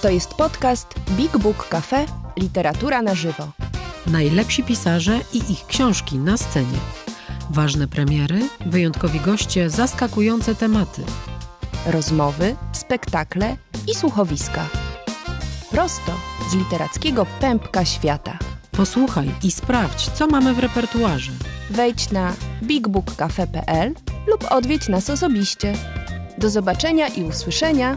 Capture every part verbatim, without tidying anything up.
To jest podcast Big Book Cafe – Literatura na żywo. Najlepsi pisarze i ich książki na scenie. Ważne premiery, wyjątkowi goście, zaskakujące tematy. Rozmowy, spektakle i słuchowiska. Prosto z literackiego pępka świata. Posłuchaj i sprawdź, co mamy w repertuarze. Wejdź na big book cafe kropka p l lub odwiedź nas osobiście. Do zobaczenia i usłyszenia.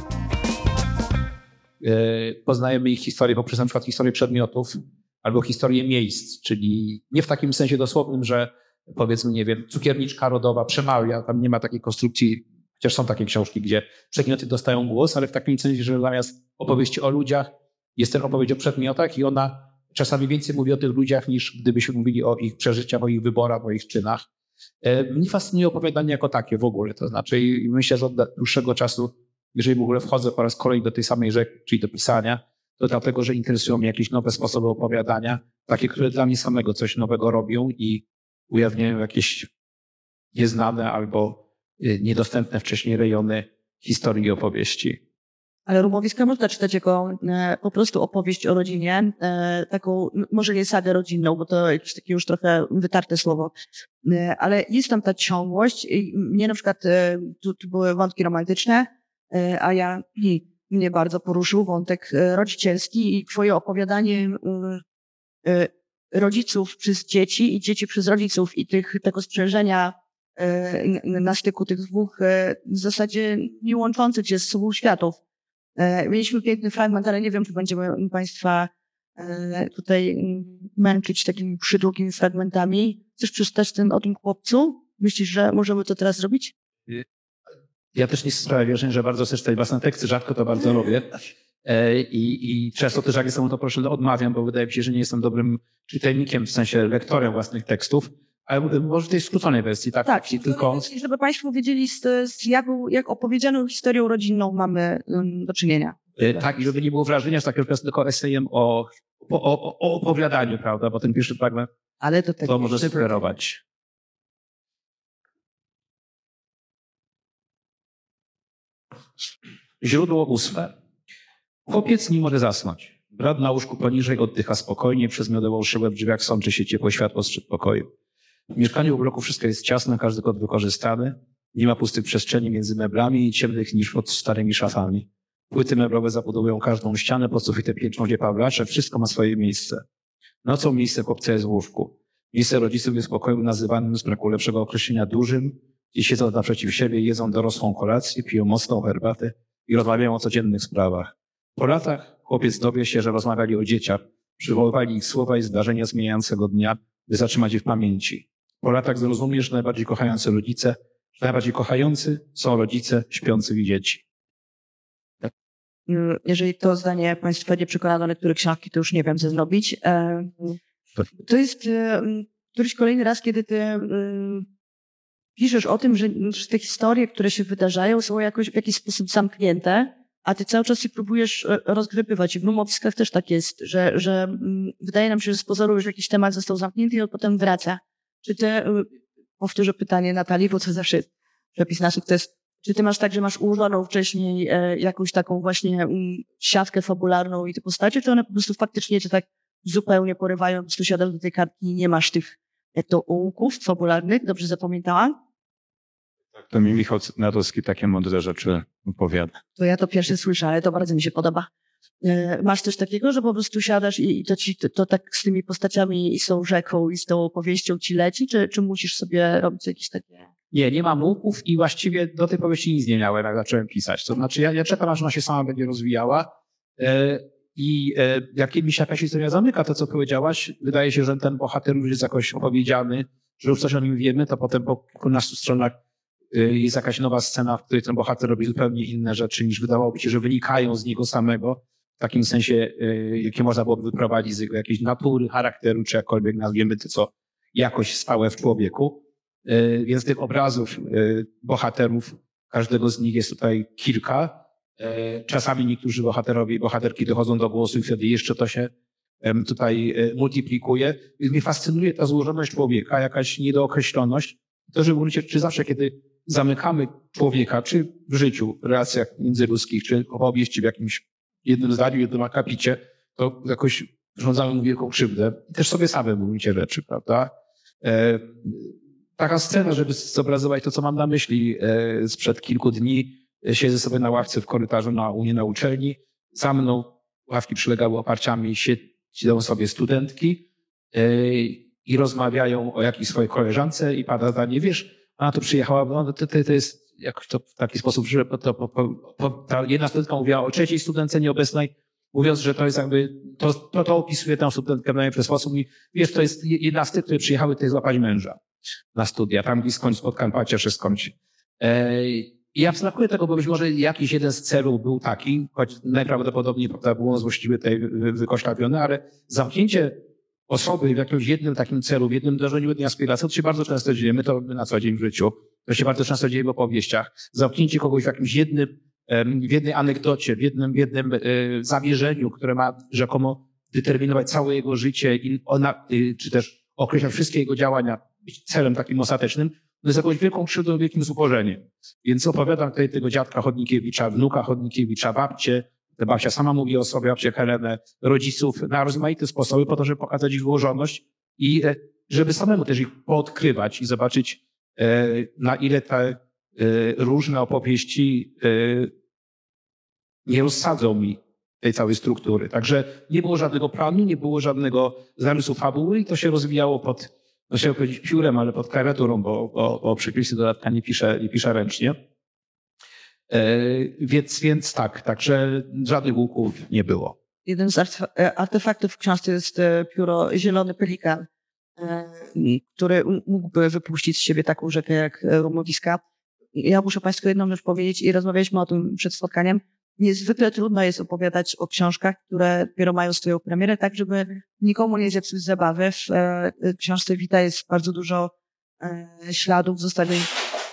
Poznajemy ich historię poprzez na przykład historię przedmiotów albo historię miejsc, czyli nie w takim sensie dosłownym, że powiedzmy, nie wiem, cukierniczka rodowa przemawia, tam nie ma takiej konstrukcji, chociaż są takie książki, gdzie przedmioty dostają głos, ale w takim sensie, że zamiast opowieści o ludziach jest ten opowieść o przedmiotach i ona czasami więcej mówi o tych ludziach, niż gdybyśmy mówili o ich przeżyciach, o ich wyborach, o ich czynach. Mnie fascynuje opowiadanie jako takie w ogóle, to znaczy i myślę, że od dłuższego czasu, jeżeli w ogóle wchodzę po raz kolejny do tej samej rzeczy, czyli do pisania, to dlatego, że interesują mnie jakieś nowe sposoby opowiadania, takie, które dla mnie samego coś nowego robią i ujawniają jakieś nieznane albo niedostępne wcześniej rejony historii i opowieści. Ale Rumowiska można czytać jako e, po prostu opowieść o rodzinie, e, taką, może nie sagę rodzinną, bo to jakieś takie już trochę wytarte słowo, e, ale jest tam ta ciągłość i mnie na przykład, e, tu, tu były wątki romantyczne, e, a ja, i, mnie bardzo poruszył wątek e, rodzicielski i twoje opowiadanie e, e, rodziców przez dzieci i dzieci przez rodziców i tych, tego sprzężenia e, na styku tych dwóch e, w zasadzie nie łączących się z sobą światów. Mieliśmy piękny fragment, ale nie wiem, czy będziemy Państwa tutaj męczyć takimi przydługimi fragmentami. Chcesz przeczytać ten o tym chłopcu? Myślisz, że możemy to teraz zrobić? Ja też nie sprawia wrażenia, że bardzo chcę czytać własne teksty, rzadko to bardzo robię. I, I często też jak jestem to proszę, odmawiam, bo wydaje mi się, że nie jestem dobrym czytelnikiem, w sensie lektorem własnych tekstów. Ale może w tej skróconej wersji, tak? Tak, tylko... żeby Państwo wiedzieli, z, z jaką, jak opowiedzianą historią rodzinną mamy um, do czynienia. Tak, i żeby nie było wrażenia, że tak jest tylko esejem o, o, o, o opowiadaniu, prawda? Bo ten pierwszy fragment Ale to, tak to może sugerować. Źródło ósme. Chłopiec nie może zasnąć. Brat na łóżku poniżej oddycha spokojnie, przez miodołą szybę w drzwiach sączy się ciepłe światło z przedpokoju. W mieszkaniu w bloku wszystko jest ciasne, każdy kąt wykorzystany. Nie ma pustych przestrzeni między meblami i ciemnych niż pod starymi szafami. Płyty meblowe zabudowują każdą ścianę, pod sufitem piętrzą gdzie pawlacze, wszystko ma swoje miejsce. Nocą miejsce chłopca jest w łóżku. Miejsce rodziców jest pokoju nazywanym z braku lepszego określenia dużym, gdzie siedzą naprzeciw siebie, jedzą dorosłą kolację, piją mocną herbatę i rozmawiają o codziennych sprawach. Po latach chłopiec dowie się, że rozmawiali o dzieciach, przywoływali ich słowa i zdarzenia zmieniającego dnia, by zatrzymać je w pamięci. Po latach zrozumiesz, że najbardziej kochający rodzice, że najbardziej kochający są rodzice śpiących dzieci. Tak. Jeżeli to zdanie Państwa nie przekona do lektury książki, to już nie wiem, co zrobić. To jest któryś kolejny raz, kiedy ty piszesz o tym, że te historie, które się wydarzają, są jakoś w jakiś sposób zamknięte, a ty cały czas je próbujesz rozgrypywać. I w Rumowiskach też tak jest, że, że wydaje nam się, że z pozoru już jakiś temat został zamknięty i on potem wraca. Czy ty, powtórzę pytanie Natalii, bo to zawsze jest przepis na sukces, czy ty masz tak, że masz ułożoną wcześniej e, jakąś taką właśnie um, siatkę fabularną i te postacie, czy one po prostu faktycznie cię tak zupełnie porywają, po prostu siadasz do tej kartki i nie masz tych e, to ułków fabularnych? Dobrze zapamiętałam? Tak, to mi Michał Cytnarowski takie mądre rzeczy opowiada. To ja to pierwsze słyszę, ale to bardzo mi się podoba. E, masz coś takiego, że po prostu siadasz i, i to ci to, to tak z tymi postaciami i z tą rzeką i z tą opowieścią ci leci, czy, czy musisz sobie robić jakieś takie... Nie, nie mam łuków i właściwie do tej powieści nic nie miałem, jak zacząłem pisać. To znaczy ja, ja czekam, aż ona się sama będzie rozwijała e, i e, jak mi się jakaś historia zamyka, to co powiedziałaś, wydaje się, że ten bohater już jest jakoś opowiedziany, że już coś o nim wiemy, to potem po kilkunastu stronach e, jest jakaś nowa scena, w której ten bohater robi zupełnie inne rzeczy, niż wydawałoby się, że wynikają z niego samego, w takim sensie, e, jakie można było wyprowadzić z jego jakiejś natury, charakteru, czy jakkolwiek nazwiemy to, co jakoś stałe w człowieku. Więc tych obrazów bohaterów, każdego z nich jest tutaj kilka. Czasami niektórzy bohaterowie i bohaterki dochodzą do głosu i wtedy jeszcze to się tutaj multiplikuje. Więc mnie fascynuje ta złożoność człowieka, jakaś niedookreśloność. To, że w gruncie, czy zawsze, kiedy zamykamy człowieka, czy w życiu, w relacjach międzyludzkich, czy w opowieści w jakimś jednym zdaniu, jednym akapicie, to jakoś wyrządzamy mu wielką krzywdę. I też sobie samemu w gruncie rzeczy, prawda? E, taka scena, żeby zobrazować to, co mam na myśli, e, sprzed kilku dni siedzę sobie na ławce w korytarzu na, u mnie na uczelni. Za mną ławki przylegały oparciami, siedzą sobie studentki e, i rozmawiają o jakiejś swojej koleżance i pada zdanie, wiesz, ona tu przyjechała, no to, to, to jest jakoś to w taki sposób, że to, po, po, po, ta jedna studentka mówiła o trzeciej studentce nieobecnej, mówiąc, że to jest jakby, to, to, to opisuje tę studentkę w najlepszy sposób i wiesz, to jest jedna z tych, które przyjechały tutaj złapać męża na studia, tam gdzieś skądś z Podkarpacia czy skądś. E, I abstrahuję tego, bo być może jakiś jeden z celów był taki, choć najprawdopodobniej prawda, był on złośliwy tutaj wykoślawiony, ale zamknięcie osoby w jakimś jednym takim celu, w jednym dążeniu, w jednej aspiracji, to się bardzo często dzieje. My to robimy na co dzień w życiu. To się bardzo często dzieje w opowieściach. Zamknięcie kogoś w jakimś jednym, w jednej anegdocie, w jednym, w jednym zamierzeniu, które ma rzekomo determinować całe jego życie i ona, czy też określać wszystkie jego działania, być celem takim ostatecznym, to jest jakąś wielką krzywdą, wielkim zubożeniem. Więc opowiadam tutaj tego dziadka Chodnikiewicza, wnuka Chodnikiewicza, babcie, babcia sama mówi o sobie, babcię Helenę, rodziców na rozmaite sposoby po to, żeby pokazać ich złożoność i żeby samemu też ich poodkrywać i zobaczyć, na ile te różne opowieści nie rozsadzą mi tej całej struktury. Także nie było żadnego planu, nie było żadnego zarysu fabuły i to się rozwijało pod, no chciałbym powiedzieć piórem, ale pod klawiaturą, bo, bo, bo przepisy dodatka nie piszę, nie piszę ręcznie. E, więc, więc tak, także żadnych łuków nie było. Jeden z artefaktów w książce jest pióro Zielony Pelikan, który mógłby wypuścić z siebie taką rzekę jak rumowiska. Ja muszę Państwu jedną rzecz powiedzieć i rozmawialiśmy o tym przed spotkaniem. Niezwykle trudno jest opowiadać o książkach, które dopiero mają swoją premierę, tak żeby nikomu nie zepsuć zabawy. W książce Wita jest bardzo dużo śladów zostawionych.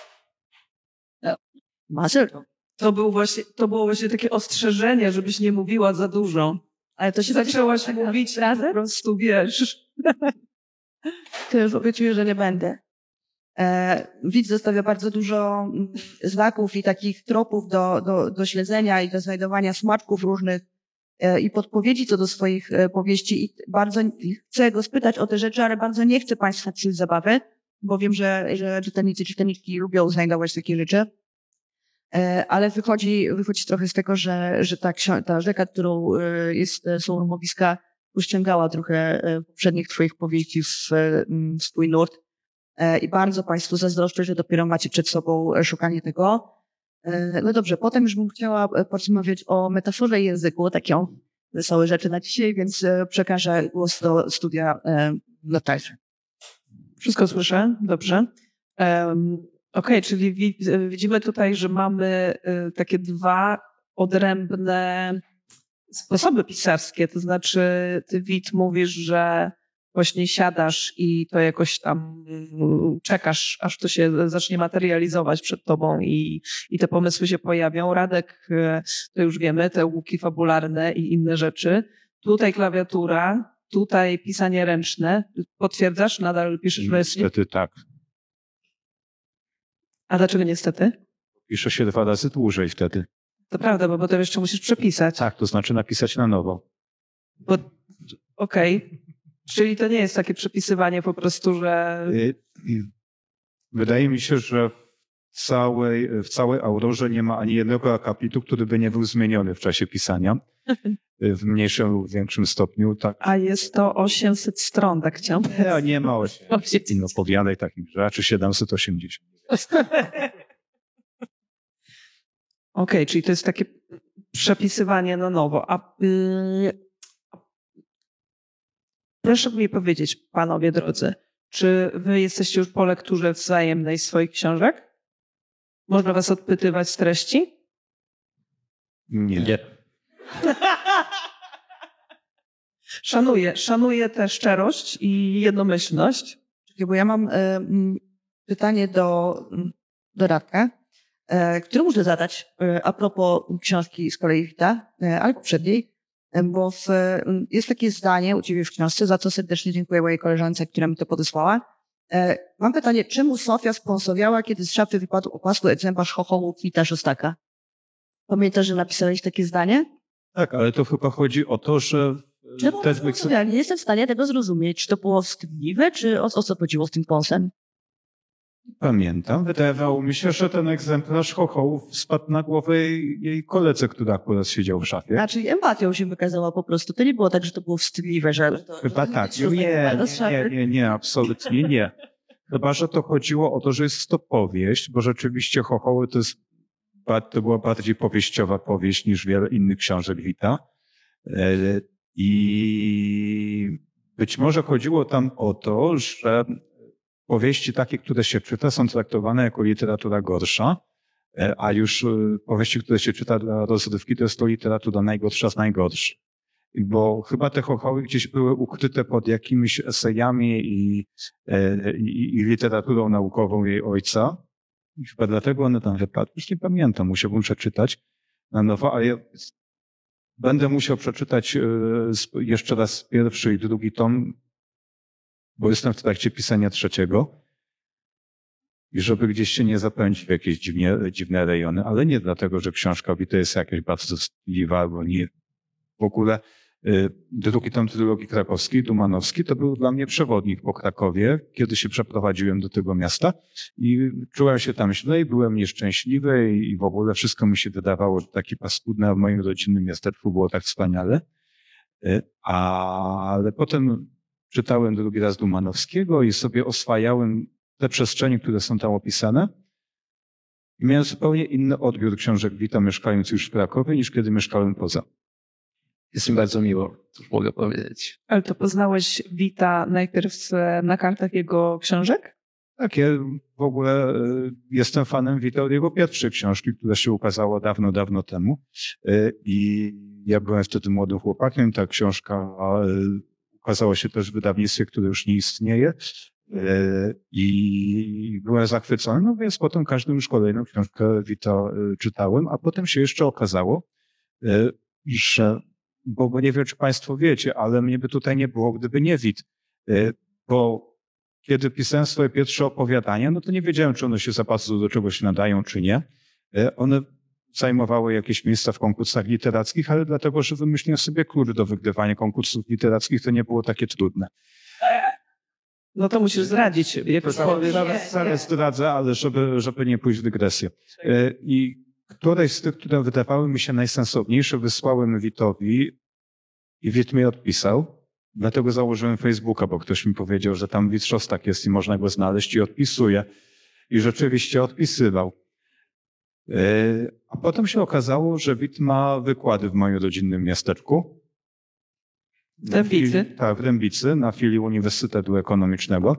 Marcel, to, był właśnie, to było właśnie takie ostrzeżenie, żebyś nie mówiła za dużo. Ale to się zaczęłaś mówić razem? Po prostu, wiesz. To już obiecuję, że nie będę. E, Widz zostawia bardzo dużo znaków i takich tropów do, do, do śledzenia i do znajdowania smaczków różnych e, i podpowiedzi co do swoich e, powieści. I bardzo chcę go spytać o te rzeczy, ale bardzo nie chcę Państwa psuć zabawy, bo wiem, że, że czytelnicy, czytelniczki lubią znajdować takie rzeczy. E, ale wychodzi, wychodzi trochę z tego, że, że ta, ta rzeka, którą e, jest, są rumowiska, uściągała trochę poprzednich Twoich powieści w, w swój nurt. I bardzo Państwu zazdroszczę, że dopiero macie przed sobą szukanie tego. No dobrze, potem już bym chciała porozmawiać o metaforze i języku, takie wesołe rzeczy na dzisiaj, więc przekażę głos do studia Natalii. Wszystko słyszę? Dobrze. Um, Okej, okay, czyli wi- widzimy tutaj, że mamy y, takie dwa odrębne sposoby pisarskie, to znaczy ty, Wit, mówisz, że właśnie siadasz i to jakoś tam czekasz, aż to się zacznie materializować przed tobą i, i te pomysły się pojawią. Radek, to już wiemy, te łuki fabularne i inne rzeczy. Tutaj klawiatura, tutaj pisanie ręczne. Potwierdzasz? Nadal piszesz wersję? Niestety tak. A dlaczego niestety? Pisze się dwa razy dłużej wtedy. To prawda, bo potem jeszcze musisz przepisać. Tak, to znaczy napisać na nowo. Bo, okej. Okay. Czyli to nie jest takie przepisywanie po prostu, że... Wydaje mi się, że w całej, w całej Aurorze nie ma ani jednego akapitu, który by nie był zmieniony w czasie pisania. W mniejszym lub większym stopniu. Tak. A jest to osiemset stron, tak chciałam. Nie, nie ma osiemset. No opowiadaj takich rzeczy, siedemset osiemdziesiąt. Okej, okay, czyli to jest takie przepisywanie na nowo. A yy, proszę mi powiedzieć, panowie drodzy, czy wy jesteście już po lekturze wzajemnej swoich książek? Można was odpytywać z treści? Nie. Nie. Szanuję, szanuję tę szczerość i jednomyślność. Bo ja mam y, pytanie do, do Radka, y, które muszę zadać y, a propos książki z kolei Wita, y, ale poprzedniej, y, bo w, y, jest takie zdanie u ciebie w książce, za co serdecznie dziękuję mojej koleżance, która mi to podesłała. Y, mam pytanie, czemu Sofia sponsoriała, kiedy z szafy wypadł opasły egzemplarz chochołu Wita Szostaka? Pamiętasz, że napisałeś takie zdanie? Tak, ale to chyba chodzi o to, że Czemu te ja nie jestem w stanie tego zrozumieć, czy to było wstydliwe, czy o, o co chodziło z tym kąsem? Pamiętam, wydawało mi się, że ten egzemplarz chochołów spadł na głowę jej, jej koledze, który akurat siedział w szafie. A, czyli empatią się wykazała po prostu. To nie było tak, że to było wstydliwe, że... To, Chyba że tak. to Nie, nie, nie, nie, absolutnie nie. Chyba, że to chodziło o to, że jest to powieść, bo rzeczywiście chochoły to jest, to była bardziej powieściowa powieść niż wiele innych książek Wita. I być może chodziło tam o to, że powieści takie, które się czyta, są traktowane jako literatura gorsza, a już powieści, które się czyta dla rozrywki, to jest to literatura najgorsza z najgorszych. Bo chyba te chochoły gdzieś były ukryte pod jakimiś esejami i, i, i literaturą naukową jej ojca. I chyba dlatego one tam wypadły. Już nie pamiętam, musiałbym przeczytać na nowo, ale ja będę musiał przeczytać jeszcze raz pierwszy i drugi tom, bo jestem w trakcie pisania trzeciego i żeby gdzieś się nie zapędzić w jakieś dziwnie, dziwne rejony, ale nie dlatego, że książka Wita jest jakaś bardzo wstydliwa, albo nie. W ogóle y, drugi tom trylogii krakowskiej, Dumanowski, to był dla mnie przewodnik po Krakowie, kiedy się przeprowadziłem do tego miasta i czułem się tam źle i byłem nieszczęśliwy i w ogóle wszystko mi się wydawało, że takie paskudne, a w moim rodzinnym miasteczku było tak wspaniale. Y, ale potem czytałem drugi raz Dumanowskiego i sobie oswajałem te przestrzenie, które są tam opisane. I miałem zupełnie inny odbiór książek Wita, mieszkając już w Krakowie, niż kiedy mieszkałem poza. Jest mi bardzo miło, cóż mogę powiedzieć. Ale to poznałeś Wita najpierw na kartach jego książek? Tak, ja w ogóle jestem fanem Wita od jego pierwszej książki, która się ukazała dawno, dawno temu. I ja byłem wtedy młodym chłopakiem. Ta książka ukazała się też w wydawnictwie, które już nie istnieje. I byłem zachwycony, no więc potem każdą już kolejną książkę Wita czytałem, a potem się jeszcze okazało, że, bo, bo nie wiem, czy Państwo wiecie, ale mnie by tutaj nie było, gdyby nie Wit, bo kiedy pisałem swoje pierwsze opowiadania, no to nie wiedziałem, czy one się za bardzo do czegoś nadają, czy nie. One zajmowały jakieś miejsca w konkursach literackich, ale dlatego, że wymyśliłem sobie klucz do wygrywania konkursów literackich, to nie było takie trudne. No to musisz zdradzić. Jak zaraz, zaraz zdradzę, ale żeby, żeby nie pójść w dygresję. I któreś z tych, które wydawały mi się najsensowniejsze, wysłałem Witowi i Wit mi odpisał. Dlatego założyłem Facebooka, bo ktoś mi powiedział, że tam Wit Szostak jest i można go znaleźć i odpisuje. I rzeczywiście odpisywał. A potem się okazało, że Wit ma wykłady w moim rodzinnym miasteczku. W Dębicy? Tak, w Dębicy, na filii Uniwersytetu Ekonomicznego.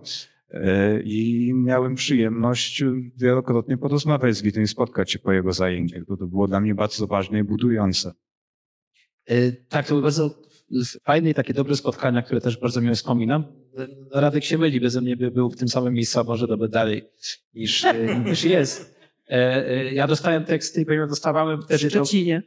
I miałem przyjemność wielokrotnie porozmawiać z Witem i spotkać się po jego zajęciach, bo to było dla mnie bardzo ważne i budujące. Tak, to były bardzo fajne i takie dobre spotkania, które też bardzo miło wspominam. Radek się myli, beze mnie by był w tym samym miejscu, a może nawet dalej niż, niż jest. Ja dostałem teksty i ponieważ dostawałem wtedy... W Szczecinie.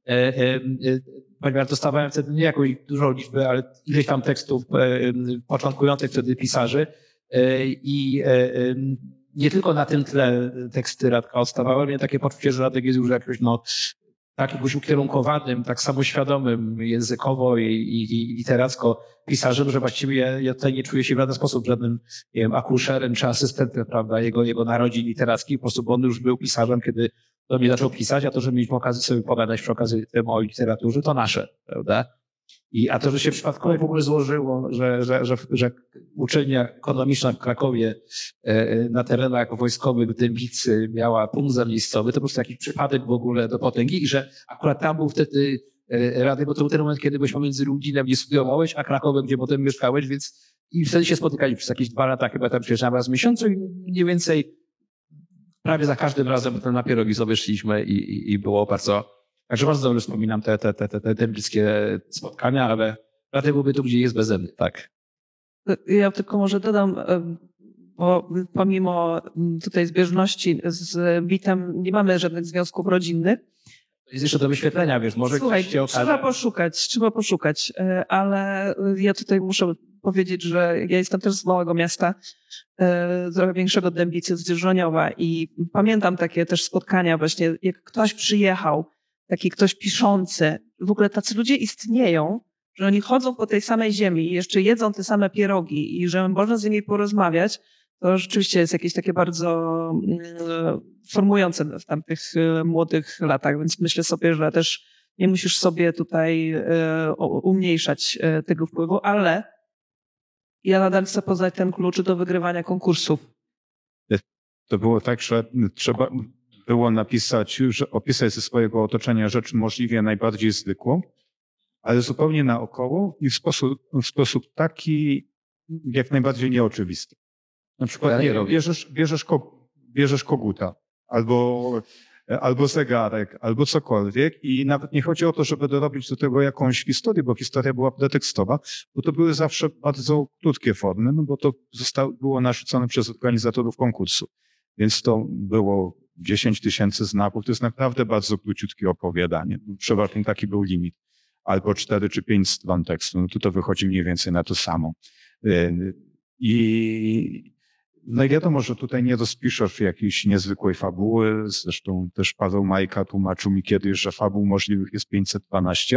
Ponieważ dostawałem wtedy nie jakąś dużą liczbę, ale ileś tam tekstów początkujących wtedy pisarzy i nie tylko na tym tle teksty Radka odstawały, miałem takie poczucie, że Radek jest już jakoś no, tak jakoś ukierunkowanym, tak samoświadomym językowo i, i, i literacko pisarzem, że właściwie ja, ja tutaj nie czuję się w żaden sposób żadnym, nie wiem, akuszerem czy asystentem, prawda, jego, jego narodzin literackich, po prostu, bo on już był pisarzem, kiedy do mnie zaczął pisać, a to, że mieliśmy okazję sobie pogadać przy okazji o literaturze, to nasze, prawda? I, a to, że się przypadkowo w ogóle złożyło, że, że, że, że uczelnia ekonomiczna w Krakowie e, na terenach wojskowych w Dębicy miała punkt zamiejscowy, to po prostu jakiś przypadek w ogóle do potęgi i że akurat tam był wtedy e, Radek, bo to był ten moment, kiedy byłeś pomiędzy Lublinem, gdzie studiowałeś, a Krakowem, gdzie potem mieszkałeś, więc i wtedy się spotykali przez jakieś dwa lata, chyba tam przyjeżdżałem raz w miesiącu i mniej więcej prawie za każdym razem na pierogi sobie szliśmy i, i, i było bardzo... Także bardzo dobrze wspominam te, te, te, te, te bliskie spotkania, ale Radek byłby tu, gdzie jest beze mnie, tak. Ja tylko może dodam, bo pomimo tutaj zbieżności z Witem nie mamy żadnych związków rodzinnych. Jest jeszcze do wyświetlenia, wiesz, może Słuchaj, ktoś się okaże. trzeba poszukać, trzeba poszukać, ale ja tutaj muszę powiedzieć, że ja jestem też z małego miasta, trochę większego Dębicy, z Dzierżoniowa i pamiętam takie też spotkania właśnie, jak ktoś przyjechał, taki ktoś piszący w ogóle tacy ludzie istnieją, że oni chodzą po tej samej ziemi i jeszcze jedzą te same pierogi i że można z nimi porozmawiać, to rzeczywiście jest jakieś takie bardzo formujące w tamtych młodych latach, więc myślę sobie, że też nie musisz sobie tutaj umniejszać tego wpływu, ale ja nadal chcę poznać ten klucz do wygrywania konkursów. To było tak, że trzeba było napisać, że opisać ze swojego otoczenia rzecz możliwie najbardziej zwykłą, ale zupełnie naokoło i w sposób, w sposób taki jak najbardziej nieoczywisty. Na przykład nie, bierzesz, bierzesz, ko, bierzesz koguta albo, albo zegarek, albo cokolwiek i nawet nie chodzi o to, żeby dorobić do tego jakąś historię, bo historia była pretekstowa, bo to były zawsze bardzo krótkie formy, no bo to zostało, było narzucone przez organizatorów konkursu. Więc to było dziesięć tysięcy znaków, to jest naprawdę bardzo króciutkie opowiadanie. Przeważnie taki był limit. Albo cztery czy pięć stron tekstu, no to to wychodzi mniej więcej na to samo. I no i wiadomo, że tutaj nie rozpiszesz jakiejś niezwykłej fabuły. Zresztą też Paweł Majka tłumaczył mi kiedyś, że fabuł możliwych jest pięćset dwanaście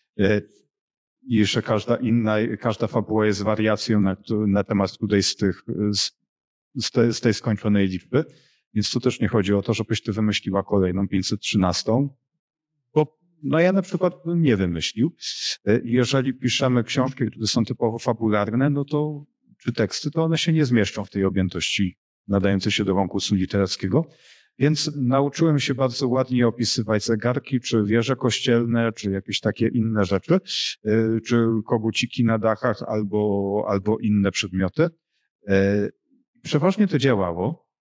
i że każda inna, każda fabuła jest wariacją na, na temat którejś z tych, z, z, tej, z tej skończonej liczby. Więc tu też nie chodzi o to, żebyś ty wymyśliła kolejną pięćset trzynastą, bo no ja na przykład bym nie wymyślił. Jeżeli piszemy książki, które są typowo fabularne, no to czy teksty, to one się nie zmieszczą w tej objętości nadającej się do konkursu literackiego. Więc nauczyłem się bardzo ładnie opisywać zegarki, czy wieże kościelne, czy jakieś takie inne rzeczy, czy koguciki na dachach, albo, albo inne przedmioty. Przeważnie to działało.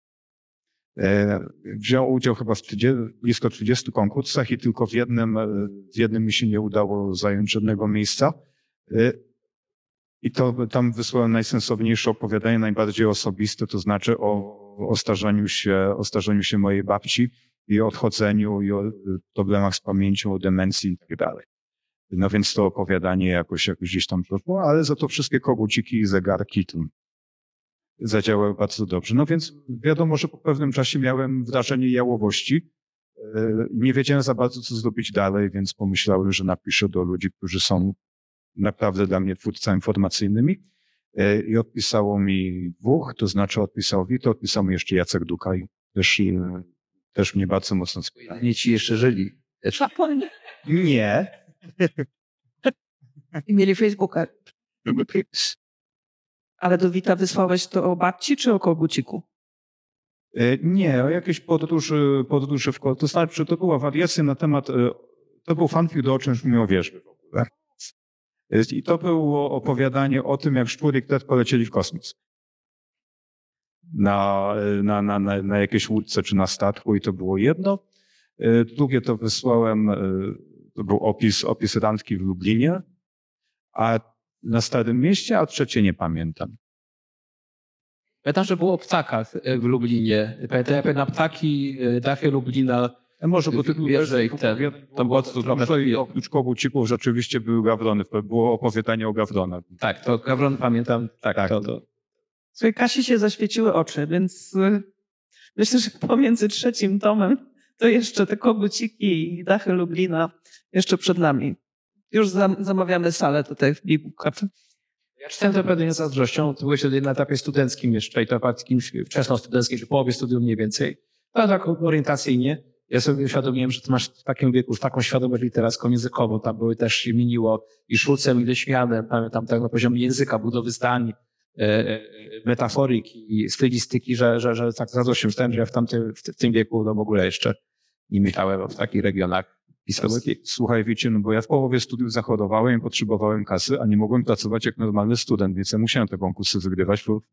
Wziął udział chyba w blisko trzydziestu konkursach i tylko w jednym, w jednym mi się nie udało zająć żadnego miejsca. I to tam wysłałem najsensowniejsze opowiadanie, najbardziej osobiste, to znaczy o, o starzeniu się, o starzeniu się mojej babci i o odchodzeniu i o problemach z pamięcią, o demencji i tak dalej. No więc to opowiadanie jakoś, jakoś gdzieś tam doszło, ale za to wszystkie koguciki i zegarki tu zadziałały bardzo dobrze. No więc wiadomo, że po pewnym czasie miałem wrażenie jałowości. Nie wiedziałem za bardzo, co zrobić dalej, więc pomyślałem, że napiszę do ludzi, którzy są naprawdę dla mnie twórcami informacyjnymi. I odpisało mi dwóch, to znaczy odpisał Wito, odpisał mi jeszcze Jacek Dukaj. Też, też mnie bardzo mocno wspierał. Nie ci jeszcze żyli. Nie. I mieli Facebooka. Ale do Wita wysłałeś to o babci czy o koguciku? Nie, o jakiejś podróży, podróży w koło. To znaczy, to była wariacja na temat, to był fanfic do O czymś mi o wierzby w ogóle. I to było opowiadanie o tym, jak Szczur i Kret polecieli w kosmos. Na, na, na, na, na jakiejś łódce czy na statku i to było jedno. Drugie to wysłałem, to był opis, opis randki w Lublinie, a na Starym Mieście, a trzecie nie pamiętam. Pamiętam, że było o ptakach w Lublinie. Pamiętam na ptaki, dachy Lublina. Może, bo ty wierzę i ten. To było trochę. I oprócz kogucików rzeczywiście były gawrony. Było opowiadanie o gawronach. Tak, to gawron pamiętam. Tak, tak. To, to. Słuchaj, Kasi się zaświeciły oczy, więc myślę, że pomiędzy trzecim tomem to jeszcze te koguciki i dachy Lublina jeszcze przed nami. Już zamawiamy salę tutaj w Big Book Cafe. Ja czytałem to pewnie z zazdrością. To byłeś wtedy na etapie studenckim jeszcze i to takim wczesnostudenckim, czy połowie studium mniej więcej. To tak orientacyjnie. Ja sobie uświadomiłem, że ty masz w takim wieku już taką świadomość literacką, językową. Tam były też się mieniło i Szulcem, i Leśmianem. Pamiętam tak na poziomie języka, budowy zdań, metaforyki i stylistyki, że, że, że tak z radością czytałem, że ja w, tamtym, w tym wieku no w ogóle jeszcze nie myślałem w takich regionach pisarskich. Słuchaj, wiecie, no bo ja w połowie studiów zachorowałem i potrzebowałem kasy, a nie mogłem pracować jak normalny student, więc ja musiałem te konkursy wygrywać, bo,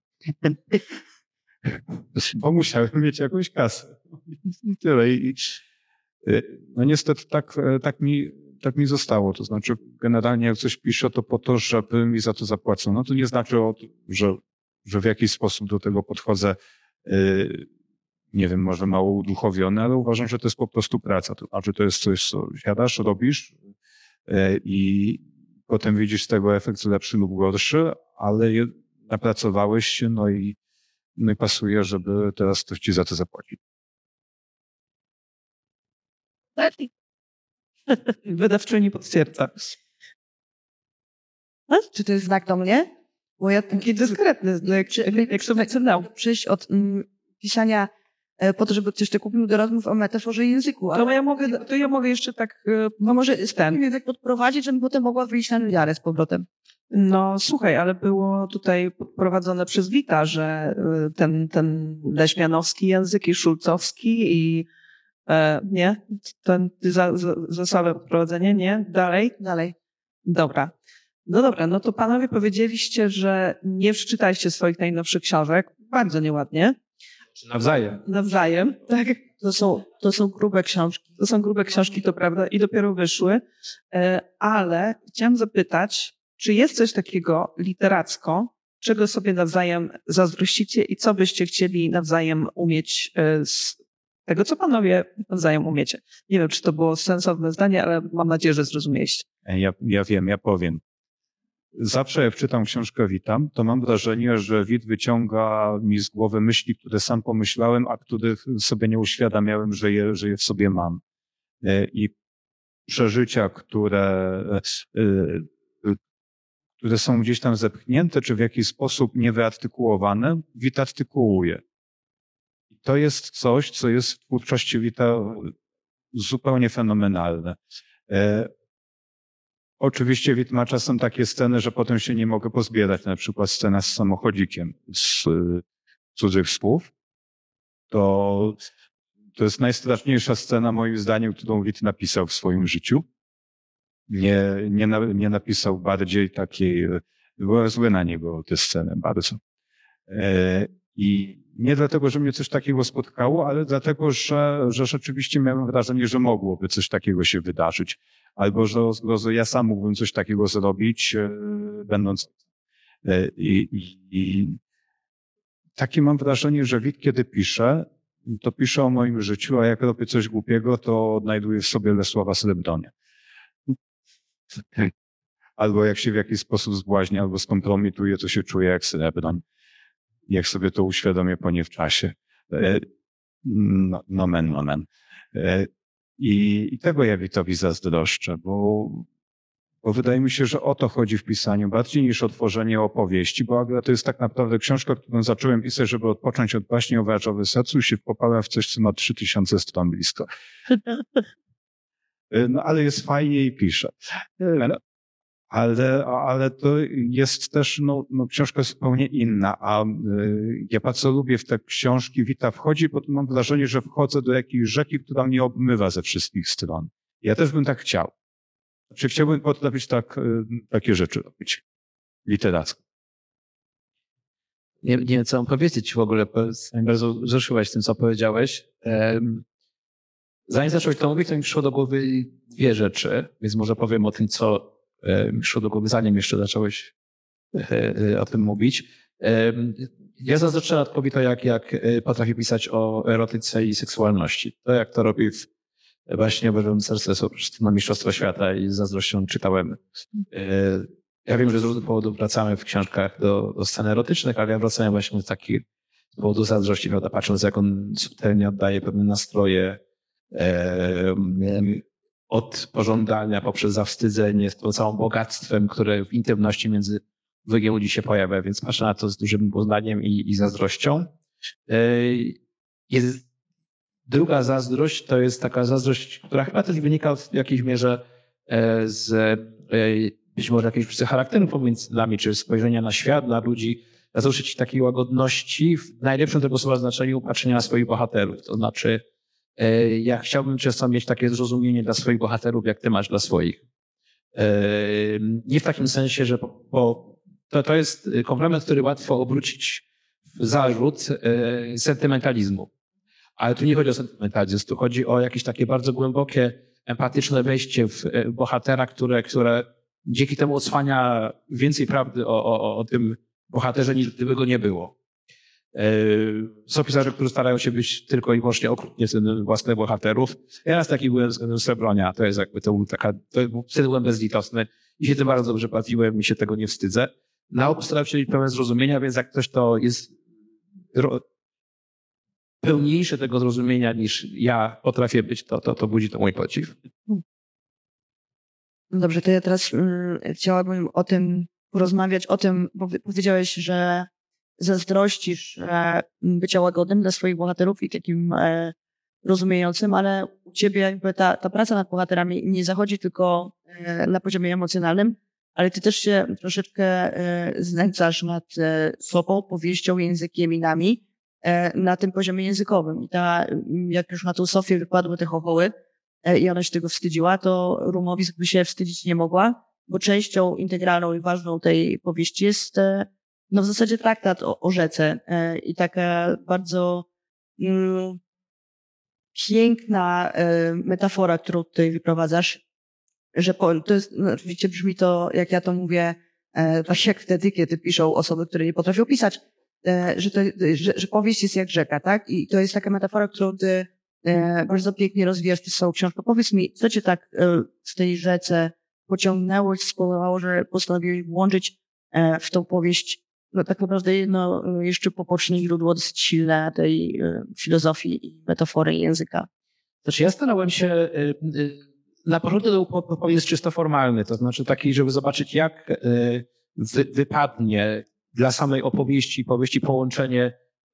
bo musiałem mieć jakąś kasę. I tyle. I, no niestety tak, tak, mi, tak mi zostało. To znaczy generalnie jak coś piszę, to po to, żeby mi za to zapłacono. To nie znaczy, że, że w jakiś sposób do tego podchodzę, nie wiem, może mało uduchowiony, ale uważam, że to jest po prostu praca. To znaczy to jest coś, co siadasz, robisz i potem widzisz z tego efekt lepszy lub gorszy, ale napracowałeś się, no i, no i pasuje, żeby teraz ktoś ci za to zapłacił. Wydawczyni potwierdza. A? Czy to jest znak do mnie? Bo ja Taki dyskretny, jak, jak sobie cenał. Przejść od mm, pisania e, po to, żeby ktoś to kupił, do rozmów o metaforze języku. To ja mogę, to ja mogę jeszcze tak... e, No może ten. spróbuj tak podprowadzić, żebym potem mogła wyjść na miarę z powrotem. No słuchaj, ale było tutaj prowadzone przez Wita, że y, ten, ten leśmianowski język i szulcowski i e, nie? Ten za, za, za słabe prowadzenie, nie? Dalej? Dalej. Dobra. No dobra, no to panowie powiedzieliście, że nie przeczytaliście swoich najnowszych książek. Bardzo nieładnie. Nawzajem. Nawzajem. Tak. To są, to są grube książki. To są grube książki, to prawda, i dopiero wyszły. E, ale chciałam zapytać, czy jest coś takiego literacko, czego sobie nawzajem zazdrościcie i co byście chcieli nawzajem umieć z tego, co panowie nawzajem umiecie? Nie wiem, czy to było sensowne zdanie, ale mam nadzieję, że zrozumieliście. Ja, ja wiem, ja powiem. Zawsze jak czytam książkę Wita, to mam wrażenie, że Wit wyciąga mi z głowy myśli, które sam pomyślałem, a których sobie nie uświadamiałem, że je, że je w sobie mam. I przeżycia, które, które są gdzieś tam zepchnięte, czy w jakiś sposób niewyartykułowane, Wit artykułuje. I to jest coś, co jest w twórczości Wita zupełnie fenomenalne. Oczywiście Wit ma czasem takie sceny, że potem się nie mogę pozbierać. Na przykład scena z samochodzikiem z Cudzych słów. To, to jest najstraszniejsza scena moim zdaniem, którą Wit napisał w swoim życiu. Nie, nie, na, nie napisał bardziej takiej, byłem zły na niego tę scenę bardzo. E, I nie dlatego, że mnie coś takiego spotkało, ale dlatego, że, że rzeczywiście miałem wrażenie, że mogłoby coś takiego się wydarzyć. Albo, że, że ja sam mógłbym coś takiego zrobić, e, będąc... E, i, i, takie mam wrażenie, że Wit, kiedy pisze, to pisze o moim życiu, a jak robię coś głupiego, to odnajduję w sobie Lesława Srebdonia. Albo jak się w jakiś sposób zbłaźni, albo skompromituje, to się czuje jak Srebdoń. Jak sobie to uświadomię po nie w czasie. No, nomen, nomen. I, i tego ja Witowi zazdroszczę, bo, bo wydaje mi się, że o to chodzi w pisaniu, bardziej niż o tworzenie opowieści, bo Agra to jest tak naprawdę książka, którą zacząłem pisać, żeby odpocząć od baśni o Wężowy sercu i się wpopałem w coś, co ma trzy tysiące stron blisko. No ale jest fajnie i piszę. Ale, ale to jest też no, no, książka zupełnie inna, a y, ja bardzo lubię w te książki Wita wchodzi, bo mam wrażenie, że wchodzę do jakiejś rzeki, która mnie obmywa ze wszystkich stron. Ja też bym tak chciał. Znaczy chciałbym potrafić tak, y, takie rzeczy robić literacko. Nie, nie wiem, co mam powiedzieć w ogóle, bardzo wzruszyłeś tym, co powiedziałeś. Um, zanim zacząłeś to mówić, to mi przyszło do głowy dwie rzeczy, więc może powiem o tym, co mi przyszło do głowy, zanim jeszcze zacząłeś o tym mówić. Ja zazdroszczę Radkowi to, jak, jak potrafi pisać o erotyce i seksualności. To, jak to robi w właśnie Wężowym sercu na Mistrzostwo Świata i z zazdrością czytałem. Ja wiem, że z różnych powodów wracamy w książkach do, do scen erotycznych, ale ja wracałem właśnie z takich z powodu zazdrości, prawda, patrząc, jak on subtelnie oddaje pewne nastroje, od pożądania poprzez zawstydzenie, z tym całym bogactwem, które w intymności między dwojgiem ludzi się pojawia, więc patrzę na to z dużym poznaniem i, i zazdrością. Jest druga zazdrość, to jest taka zazdrość, która chyba też wynika w jakiejś mierze z być może jakiejś charakteru pomiędzy nami, czy spojrzenia na świat, na ludzi, zazdrość takiej łagodności, w najlepszym tego słowa znaczeniu patrzenia na swoich bohaterów, to znaczy ja chciałbym często mieć takie zrozumienie dla swoich bohaterów, jak ty masz dla swoich. Nie w takim sensie, że bo to, to jest komplement, który łatwo obrócić w zarzut sentymentalizmu. Ale tu nie chodzi o sentymentalizm, tu chodzi o jakieś takie bardzo głębokie, empatyczne wejście w bohatera, które, które dzięki temu odsłania więcej prawdy o, o, o tym bohaterze, niż gdyby go nie było. Są pisarze, którzy starają się być tylko i wyłącznie okrutnie względem własnych bohaterów. Ja raz taki byłem względem Srebronia. To jest jakby to był taka, to był, wtedy byłem bezlitosny i się tym bardzo dobrze bawiłem i się tego nie wstydzę. Na ogół staram się mieć pełen zrozumienia, więc jak ktoś to jest ro, pełniejsze tego zrozumienia niż ja potrafię być, to, to, to budzi to mój podziw. Dobrze, to ja teraz mm, chciałabym o tym porozmawiać, o tym, bo powiedziałeś, że zazdrościsz e, bycia łagodnym dla swoich bohaterów i takim e, rozumiejącym, ale u ciebie jakby ta, ta praca nad bohaterami nie zachodzi tylko e, na poziomie emocjonalnym, ale ty też się troszeczkę e, znęcasz nad e, sobą, powieścią, językiem i nami e, na tym poziomie językowym. I ta, jak już na tą Sofię wypadły te chochoły e, i ona się tego wstydziła, to Rumowi by się wstydzić nie mogła, bo częścią integralną i ważną tej powieści jest e, no w zasadzie traktat o, o rzece e, i taka bardzo mm, piękna e, metafora, którą tutaj wyprowadzasz, że po, to jest, no, oczywiście brzmi to, jak ja to mówię, e, tak jak te etykiety piszą osoby, które nie potrafią pisać, e, że, to, że, że powieść jest jak rzeka, tak? I to jest taka metafora, którą ty e, bardzo pięknie rozwijasz przez swoją książkę. Powiedz mi, co cię tak e, w tej rzece pociągnęło i spowodowało, że postanowiłeś włączyć e, w tą powieść no tak naprawdę jedno jeszcze poboczne źródło dosyć silne tej e, filozofii i metafory języka. Znaczy ja starałem się, y, y, na początku to był pomysł czysto formalny, to znaczy taki, żeby zobaczyć jak y, wy, wypadnie dla samej opowieści, powieści połączenie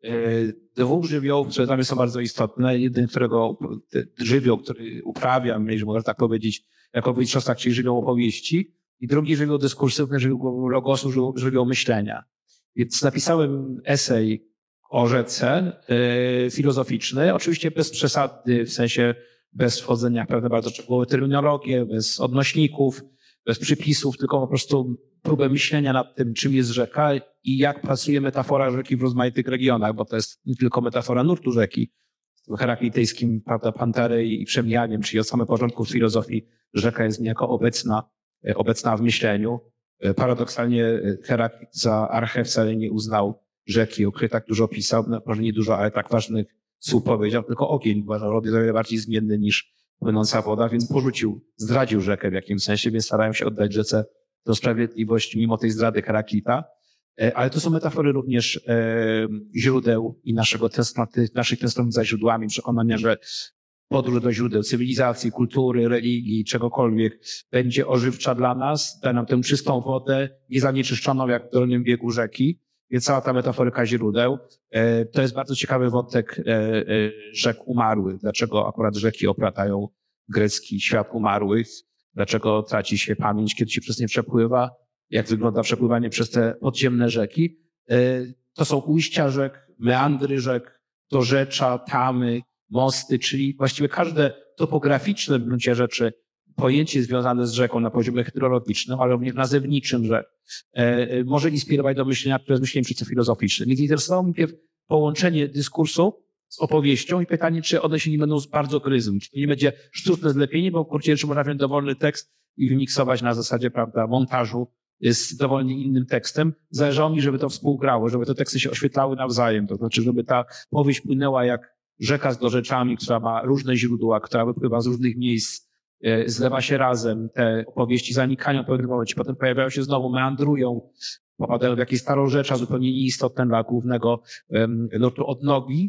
y, dwóch żywiołów, które dla mnie są bardzo istotne. Jeden, którego żywioł, który uprawiam, jeżeli można tak powiedzieć, jako wyjściowstwa, czyli żywioł opowieści, i drugi żywioł dyskursywny, żywioł logosu, żywioł, żywioł myślenia. Więc napisałem esej o rzece yy, filozoficzny, oczywiście bez przesady, w sensie bez wchodzenia w pewne bardzo szczegółowe terminologie, bez odnośników, bez przypisów, tylko po prostu próbę myślenia nad tym, czym jest rzeka i jak pracuje metafora rzeki w rozmaitych regionach, bo to jest nie tylko metafora nurtu rzeki, w heraklitejskim, prawda, Pantery i Przemijaniem, czyli od samego początku w filozofii rzeka jest niejako obecna, obecna w myśleniu. Paradoksalnie Heraklit za archę wcale nie uznał rzeki, o której tak dużo pisał, no, może nie dużo, ale tak ważnych słów powiedział, tylko ogień uważał, robi o wiele bardziej zmienny niż płynąca woda, więc porzucił, zdradził rzekę w jakimś sensie, więc starałem się oddać rzece tę sprawiedliwość mimo tej zdrady Heraklita. Ale to są metafory również e, źródeł i naszego testamentu, naszych testów za źródłami, przekonania, że podróż do źródeł cywilizacji, kultury, religii, czegokolwiek będzie ożywcza dla nas, da nam tę czystą wodę, niezanieczyszczoną jak w dolnym biegu rzeki, więc cała ta metaforyka źródeł. E, to jest bardzo ciekawy wątek e, e, rzek umarłych. Dlaczego akurat rzeki oplatają grecki świat umarłych? Dlaczego traci się pamięć, kiedy się przez nie przepływa? Jak wygląda przepływanie przez te podziemne rzeki? E, to są ujścia rzek, meandry rzek, dorzecza, tamy, mosty, czyli właściwie każde topograficzne w gruncie rzeczy pojęcie związane z rzeką na poziomie hydrologicznym, ale również nazewniczym rzek, e, może inspirować do myślenia, które jest myśleniem czysto filozoficznym. Więc interesowało mnie połączenie dyskursu z opowieścią i pytanie, czy one się nie będą bardzo gryzły, czy to nie będzie sztuczne zlepienie, bo w gruncie rzeczy można wziąć dowolny tekst i wymiksować na zasadzie, prawda, montażu z dowolnie innym tekstem. Zależało mi, żeby to współgrało, żeby te teksty się oświetlały nawzajem, to znaczy, żeby ta powieść płynęła jak rzeka z dorzeczami, która ma różne źródła, która wypływa z różnych miejsc, zlewa się razem, te opowieści zanikają w pewnym momencie, potem pojawiają się znowu, meandrują, popadają w jakieś starorzecza, zupełnie nieistotne dla głównego nurtu odnogi,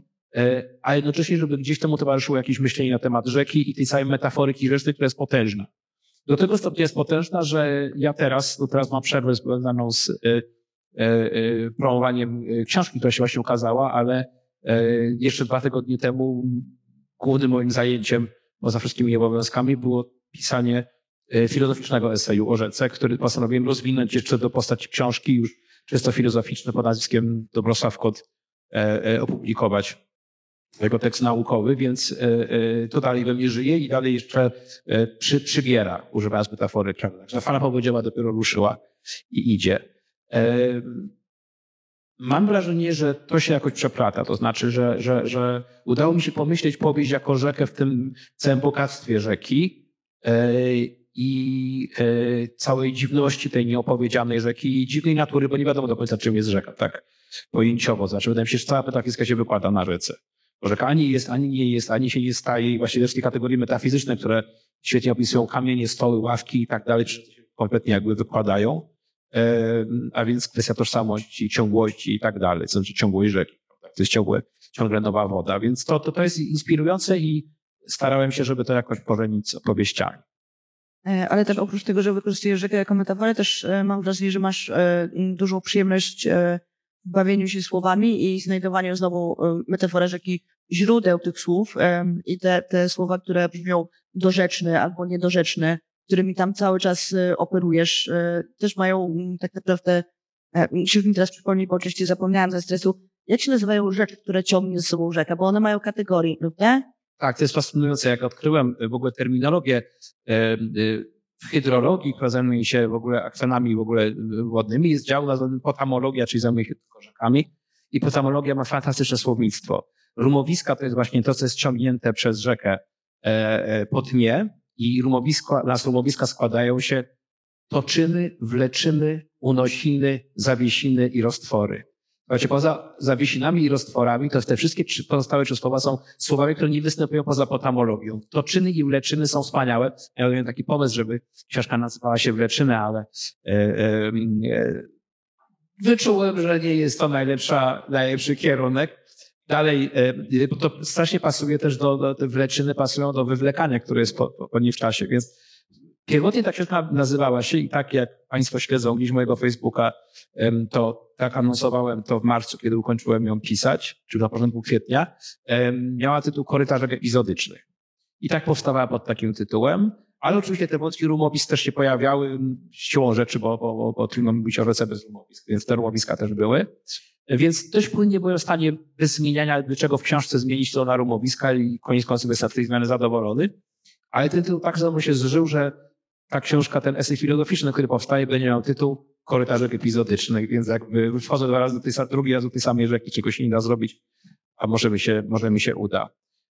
a jednocześnie, żeby gdzieś temu towarzyszyło jakieś myślenie na temat rzeki i tej całej metaforyki rzecznej, która jest potężna. Do tego stopnia jest potężna, że ja teraz, no teraz mam przerwę związaną z y, y, y, promowaniem książki, która się właśnie ukazała, ale jeszcze dwa tygodnie temu głównym moim zajęciem, poza wszystkimi obowiązkami, było pisanie filozoficznego eseju o rzece, który postanowiłem rozwinąć jeszcze do postaci książki, już czysto filozoficzny pod nazwiskiem Dobrosław Kot opublikować jego tekst naukowy, więc to dalej we mnie żyje i dalej jeszcze przy, przybiera, używając metafory. Także fala powodziowa dopiero ruszyła i idzie. Mam wrażenie, że to się jakoś przeplata, to znaczy, że, że, że udało mi się pomyśleć powieść jako rzekę w tym całym bogactwie rzeki i całej dziwności tej nieopowiedzianej rzeki i dziwnej natury, bo nie wiadomo do końca, czym jest rzeka, tak pojęciowo. Znaczy, wydaje mi się, że cała metafizyka się wykłada na rzece. Bo rzeka ani jest, ani nie jest, ani się nie staje i właściwie wszystkie kategorie metafizyczne, które świetnie opisują kamienie, stoły, ławki i tak dalej, kompletnie jakby wykładają. A więc kwestia tożsamości, ciągłości i tak dalej, to znaczy ciągłość rzeki. To jest ciągłe, ciągle nowa woda, więc to, to, to jest inspirujące i starałem się, żeby to jakoś pożenić z opowieściami. Ale tak oprócz tego, że wykorzystujesz rzekę jako metaforę, też mam wrażenie, że masz dużą przyjemność w bawieniu się słowami i znajdowaniu znowu metafory rzeki, źródeł tych słów i te, te słowa, które brzmią dorzeczne albo niedorzeczne, którymi tam cały czas operujesz, też mają tak naprawdę, musisz mi teraz przypomnieć, bo oczywiście zapomniałam ze stresu, jak się nazywają rzeczy, które ciągnie ze sobą rzeka, bo one mają kategorie, prawda? Tak, to jest fascynujące. Jak odkryłem w ogóle terminologię w hydrologii, która zajmuje się w ogóle akwenami w ogóle wodnymi, jest dział nazwany potamologia, czyli zajmuje się tylko rzekami. I potamologia ma fantastyczne słownictwo. Rumowiska to jest właśnie to, co jest ciągnięte przez rzekę po dnie i rumowisko, na rumowiska składają się toczyny, wleczyny, unosiny, zawiesiny i roztwory. Słuchajcie, poza zawiesinami i roztworami, to te wszystkie trzy, pozostałe trzy słowa są słowami, które nie występują poza potamologią. Toczyny i wleczyny są wspaniałe. Ja miałem taki pomysł, żeby książka nazywała się Wleczyny, ale e, e, e, wyczułem, że nie jest to najlepsza, najlepszy kierunek. Dalej, e, bo to strasznie pasuje też do, do te wleczyny pasują do wywlekania, które jest po, po, po nie w czasie, więc pierwotnie ta książka nazywała się i tak jak Państwo śledzą gdzieś mojego Facebooka, to tak anonsowałem to w marcu, kiedy ukończyłem ją pisać, czyli na początku kwietnia, miała tytuł Korytarzek epizodycznych. I tak powstawała pod takim tytułem, ale oczywiście te wątki rumowisk też się pojawiały siłą rzeczy, bo, bo, bo, bo trudno mówić o rzece bez rumowisk, więc te rumowiska też były. Więc dość płynnie byłem w stanie bez zmieniania niczego w książce zmienić to na rumowiska i koniec końców jestem z tej zmiany zadowolony. Ale ten tytuł tak znowu się zżył, że ta książka, ten esej filozoficzny, który powstaje, będzie miał tytuł Korytarzek epizodycznych, więc jakby wchodzę dwa razy do tej, drugi raz do tej samej rzeki, czegoś się nie da zrobić, a może mi się, może mi się uda.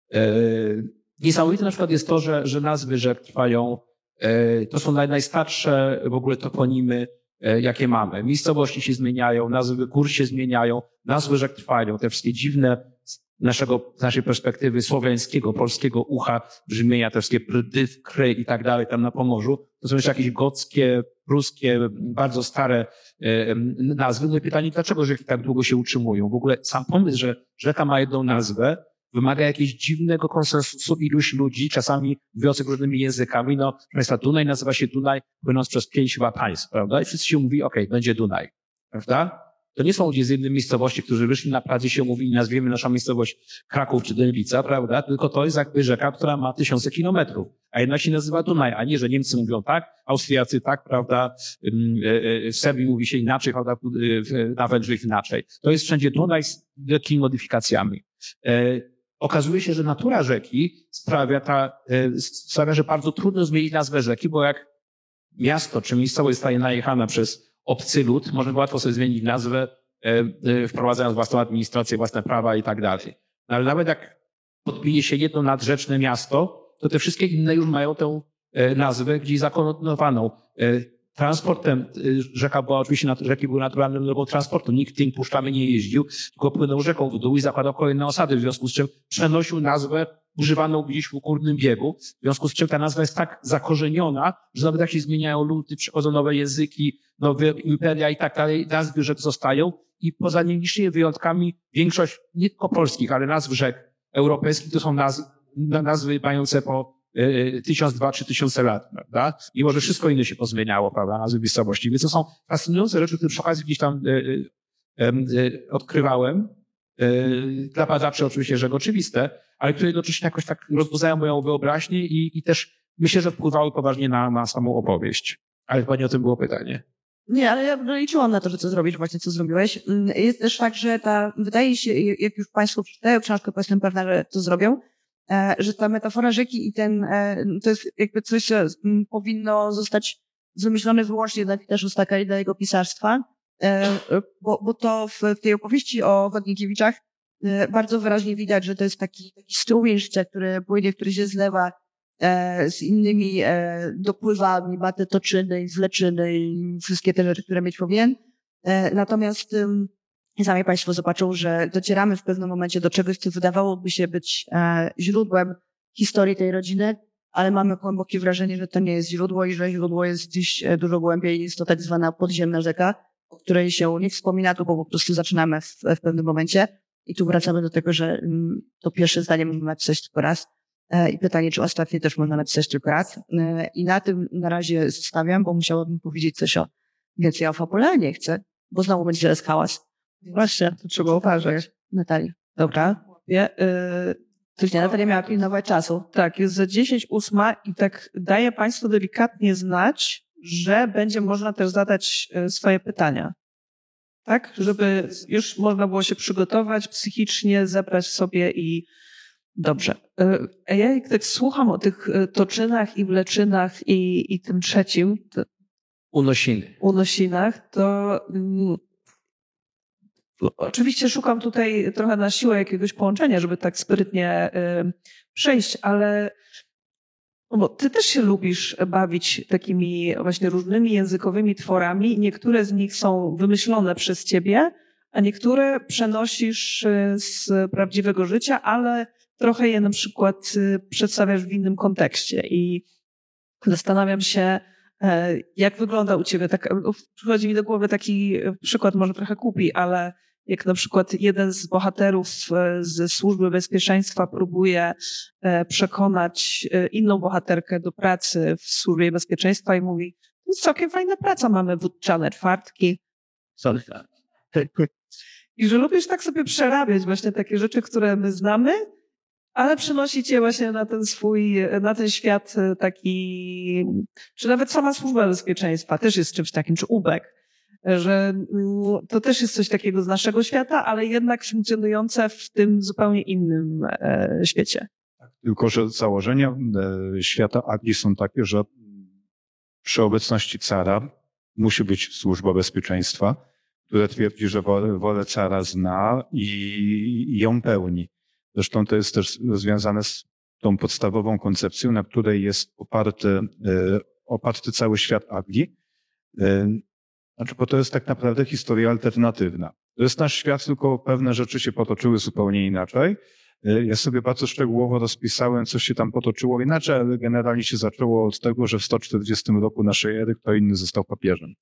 Yy, niesamowite na przykład jest to, że, że nazwy rzek trwają, yy, to są naj, najstarsze w ogóle toponimy, yy, jakie mamy. Miejscowości się zmieniają, nazwy gór się zmieniają, nazwy rzek trwają, te wszystkie dziwne naszego, z naszej perspektywy słowiańskiego, polskiego ucha, brzmienia, te wszystkie pry, kry i tak dalej tam na Pomorzu, to są jeszcze jakieś gockie, pruskie, bardzo stare e, nazwy. No i pytanie, dlaczego rzeki tak długo się utrzymują? W ogóle sam pomysł, że rzeka ma jedną nazwę, wymaga jakiegoś dziwnego konsensusu iluś ludzi, czasami mówiących różnymi językami. No, proszę Państwa, Dunaj nazywa się Dunaj, płynąc przez pięć chyba państw, prawda? I wszyscy się mówi, okej, okay, będzie Dunaj, prawda? To nie są ludzie z jednej miejscowości, którzy wyszli na plac i się mówili, nazwiemy naszą miejscowość Kraków czy Dębica, prawda? Tylko to jest jakby rzeka, która ma tysiące kilometrów, a jednak się nazywa Dunaj, a nie, że Niemcy mówią tak, Austriacy tak, prawda? W Serbii mówi się inaczej, prawda? Na Węgrzech inaczej. To jest wszędzie Dunaj z wielkimi modyfikacjami. Okazuje się, że natura rzeki sprawia, ta, sprawia, że bardzo trudno zmienić nazwę rzeki, bo jak miasto czy miejscowość zostaje najechana przez obcy lud, może łatwo sobie zmienić nazwę, wprowadzając własną administrację, własne prawa i tak dalej. No ale nawet jak podbije się jedno nadrzeczne miasto, to te wszystkie inne już mają tę nazwę gdzieś zakonotowaną. Transportem, rzeka była oczywiście, rzeki były naturalnym drogą transportu. Nikt tymi puszczami nie jeździł, tylko płynął rzeką w dół i zakładał kolejne osady, w związku z czym przenosił nazwę używaną gdzieś w górnym biegu, w związku z czym ta nazwa jest tak zakorzeniona, że nawet jak się zmieniają ludy, przychodzą nowe języki, nowe imperia i tak dalej, nazwy rzek zostają i poza nielicznymi wyjątkami większość nie tylko polskich, ale nazw rzek europejskich to są nazwy, nazwy mające po tysiąc, dwa, trzy tysiące lat, prawda? I może wszystko inne się pozmieniało, prawda? Nazwy miejscowości. Więc to są fascynujące rzeczy, które przy okazji gdzieś tam y, y, y, odkrywałem. Dla badaczy oczywiście rzek oczywiste, ale które jednocześnie jakoś tak rozbudzają moją wyobraźnię i, i też myślę, że wpływały poważnie na, na samą opowieść. Ale chyba nie o tym było pytanie. Nie, ale ja liczyłam na to, że co zrobisz, właśnie co zrobiłeś. Jest też tak, że ta, wydaje się, jak już Państwo przeczytają książkę, to jestem pewna, że to zrobią, że ta metafora rzeki i ten, to jest jakby coś, co powinno zostać wymyślone wyłącznie dla Witesza Szostaka i dla jego pisarstwa, bo, bo to w, w tej opowieści o Wodnikiewiczach bardzo wyraźnie widać, że to jest taki, taki strumień życia, który płynie, który się zlewa z innymi dopływami, ma te toczyny i zleczyny i wszystkie te rzeczy, które mieć powinien. Natomiast sami Państwo zobaczą, że docieramy w pewnym momencie do czegoś, co wydawałoby się być źródłem historii tej rodziny, ale mamy głębokie wrażenie, że to nie jest źródło i że źródło jest gdzieś dużo głębiej. Jest to tak zwana podziemna rzeka, o której się nie wspomina, tylko po prostu zaczynamy w, w pewnym momencie. I tu wracamy do tego, że to pierwsze zdanie możemy napisać tylko raz. I pytanie, czy ostatnie też można napisać tylko raz. I na tym na razie zostawiam, bo musiałabym powiedzieć coś o, więcej o fabule, nie chcę, bo znowu będzie teraz hałas. Właśnie, to trzeba uważać. Natalia. Dobra. Ja, y Coś nie, Natalia miała pilnować czasu. Tak, jest za dziesięć ósma i tak daję Państwu delikatnie znać, że będzie można też zadać swoje pytania. Tak? Żeby już można było się przygotować psychicznie, zebrać sobie i dobrze. A ja jak tak słucham o tych toczynach i wleczynach i, i tym trzecim, to Unosiny. unosinach, to mm, oczywiście szukam tutaj trochę na siłę jakiegoś połączenia, żeby tak sprytnie y, przejść, ale no bo ty też się lubisz bawić takimi właśnie różnymi językowymi tworami. Niektóre z nich są wymyślone przez ciebie, a niektóre przenosisz z prawdziwego życia, ale trochę je na przykład przedstawiasz w innym kontekście. I zastanawiam się, jak wygląda u ciebie, tak, przychodzi mi do głowy taki przykład, może trochę głupi, ale jak na przykład jeden z bohaterów ze Służby Bezpieczeństwa próbuje przekonać inną bohaterkę do pracy w Służbie Bezpieczeństwa i mówi, to jest całkiem fajna praca, mamy wódczane czwartki. I że lubisz tak sobie przerabiać właśnie takie rzeczy, które my znamy, ale przenosić je właśnie na ten swój, na ten świat taki, czy nawet sama Służba Bezpieczeństwa też jest czymś takim, czy U B E K, że to też jest coś takiego z naszego świata, ale jednak funkcjonujące w tym zupełnie innym e, świecie. Tylko że założenia e, świata Agii są takie, że przy obecności cara musi być Służba Bezpieczeństwa, która twierdzi, że wolę, wolę cara zna i, i ją pełni. Zresztą to jest też związane z tą podstawową koncepcją, na której jest oparty, e, oparty cały świat Agii. E, Znaczy, bo to jest tak naprawdę historia alternatywna. To jest nasz świat, tylko pewne rzeczy się potoczyły zupełnie inaczej. Ja sobie bardzo szczegółowo rozpisałem, co się tam potoczyło inaczej, ale generalnie się zaczęło od tego, że w sto czterdziestym roku naszej ery kto inny został papieżem.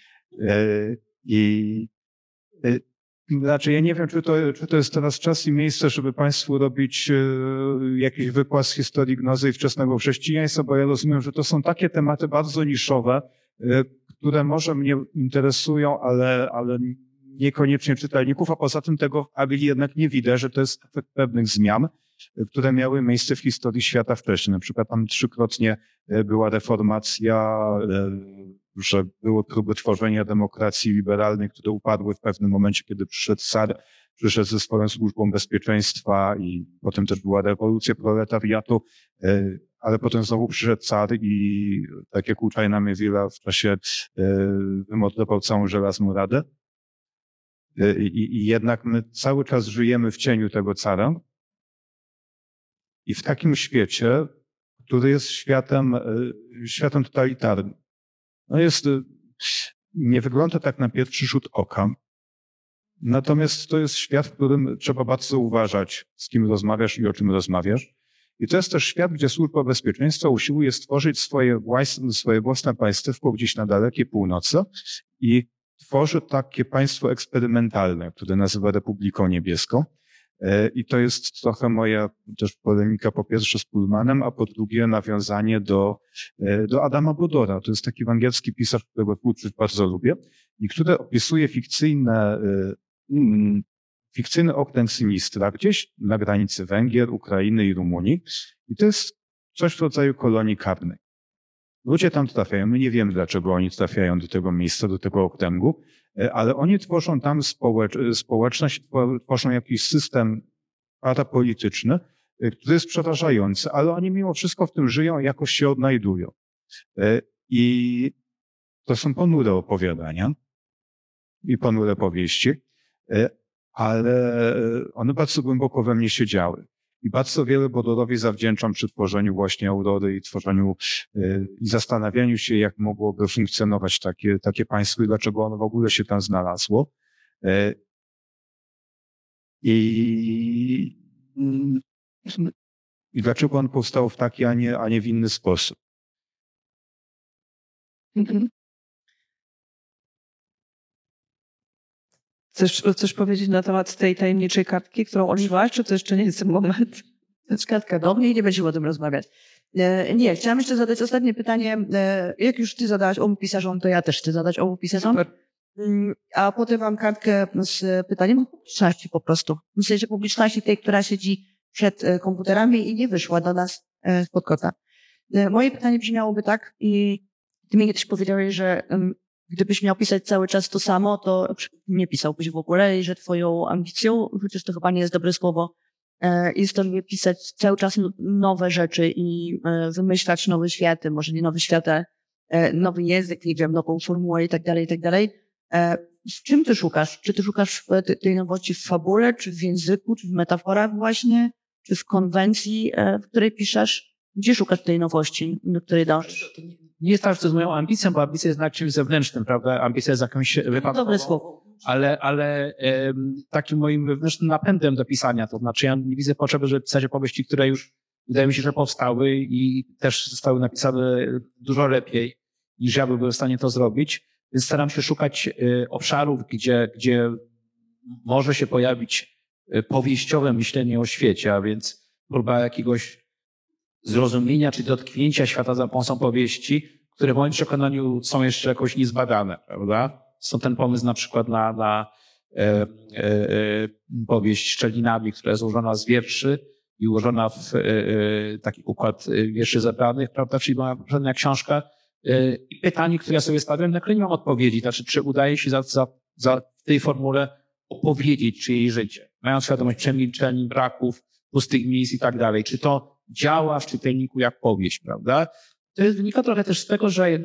I znaczy, ja nie wiem, czy to, czy to jest teraz czas i miejsce, żeby Państwu robić jakiś wykład z historii gnozy i wczesnego chrześcijaństwa, bo ja rozumiem, że to są takie tematy bardzo niszowe, które może mnie interesują, ale, ale niekoniecznie czytelników, a poza tym tego w Agii jednak nie widać, że to jest efekt pewnych zmian, które miały miejsce w historii świata wcześniej. Na przykład tam trzykrotnie była reformacja, że były próby tworzenia demokracji liberalnej, które upadły w pewnym momencie, kiedy przyszedł car, przyszedł ze swoją służbą bezpieczeństwa i potem też była rewolucja proletariatu, ale potem znowu przyszedł car i tak jak uczaj na Miewila w czasie wymordował całą żelazną radę. I, I jednak my cały czas żyjemy w cieniu tego cara i w takim świecie, który jest światem, światem totalitarnym. No jest, nie wygląda tak na pierwszy rzut oka, natomiast to jest świat, w którym trzeba bardzo uważać, z kim rozmawiasz i o czym rozmawiasz. I to jest też świat, gdzie Służba Bezpieczeństwa usiłuje stworzyć swoje własne, swoje własne państwo gdzieś na dalekiej północy i tworzy takie państwo eksperymentalne, które nazywa Republiką Niebieską. I to jest trochę moja też polemika po pierwsze z Pullmanem, a po drugie nawiązanie do, do Adama Bodora. To jest taki węgierski pisarz, którego twórczość bardzo lubię i który opisuje fikcyjne, fikcyjny okręg Sinistra gdzieś na granicy Węgier, Ukrainy i Rumunii. I to jest coś w rodzaju kolonii karnej. Ludzie tam trafiają, my nie wiemy, dlaczego oni trafiają do tego miejsca, do tego okręgu, ale oni tworzą tam społecz społeczność, tworzą jakiś system parapolityczny, który jest przerażający, ale oni mimo wszystko w tym żyją i jakoś się odnajdują. I to są ponure opowiadania i ponure powieści, ale one bardzo głęboko we mnie siedziały. I bardzo wiele Bodorowi zawdzięczam przy tworzeniu właśnie Aurory i tworzeniu yy, i zastanawianiu się, jak mogłoby funkcjonować takie, takie państwo i dlaczego ono w ogóle się tam znalazło. Yy, i, yy, I dlaczego on powstał w taki, a nie, a nie w inny sposób. Mhm. Chcesz coś powiedzieć na temat tej tajemniczej kartki, którą używałaś, czy to jeszcze nie jest ten moment? To jest kartka do mnie i nie będziemy o tym rozmawiać. E, nie, chciałam jeszcze zadać ostatnie pytanie. E, jak już ty zadałaś obu pisarzom, to ja też chcę zadać obu pisarzom. Super. A potem mam kartkę z pytaniem o publiczności po prostu. Myślę, że publiczności tej, która siedzi przed komputerami i nie wyszła do nas spod kota. Moje pytanie brzmiałoby tak, i ty mi kiedyś powiedziałeś, że um, gdybyś miał pisać cały czas to samo, to nie pisałbyś w ogóle i że twoją ambicją, chociaż to chyba nie jest dobre słowo, e, jest to, żeby pisać cały czas nowe rzeczy i e, wymyślać nowe światy, może nie nowe światy, e, nowy język, nie wiem, nową formułę i tak dalej, i tak dalej. W czym ty szukasz? Czy ty szukasz tej nowości w fabule, czy w języku, czy w metaforach właśnie, czy w konwencji, w której piszesz? Gdzie szukasz tej nowości, do której dążysz? Nie jest tak, że to jest moją ambicją, bo ambicja jest na czymś zewnętrznym, prawda? Ambicja jest jakimś wypadkową. Dobre słowo. Ale, ale um, takim moim wewnętrznym napędem do pisania, to znaczy ja nie widzę potrzeby, żeby pisać opowieści, które już wydaje mi się, że powstały i też zostały napisane dużo lepiej, niż ja byłbym w stanie to zrobić. Więc staram się szukać y, obszarów, gdzie, gdzie może się pojawić y, powieściowe myślenie o świecie, a więc próba jakiegoś zrozumienia czy dotknięcia świata za pomocą powieści, które w moim przekonaniu są jeszcze jakoś niezbadane, prawda? Stąd ten pomysł na przykład na, na e, e, e, powieść Szczelinami, która jest ułożona z wierszy i ułożona w e, e, taki układ wierszy zebranych, prawda? Czyli moja poprzednia książka. I pytanie, które ja sobie stawiam, na które nie mam odpowiedzi, znaczy, czy udaje się za, za, za w tej formule opowiedzieć czyjeś życie, mając świadomość przemilczeń, braków, pustych miejsc i tak dalej. Czy to działa w czytelniku jak powieść, prawda? To jest, wynika trochę też z tego, że e,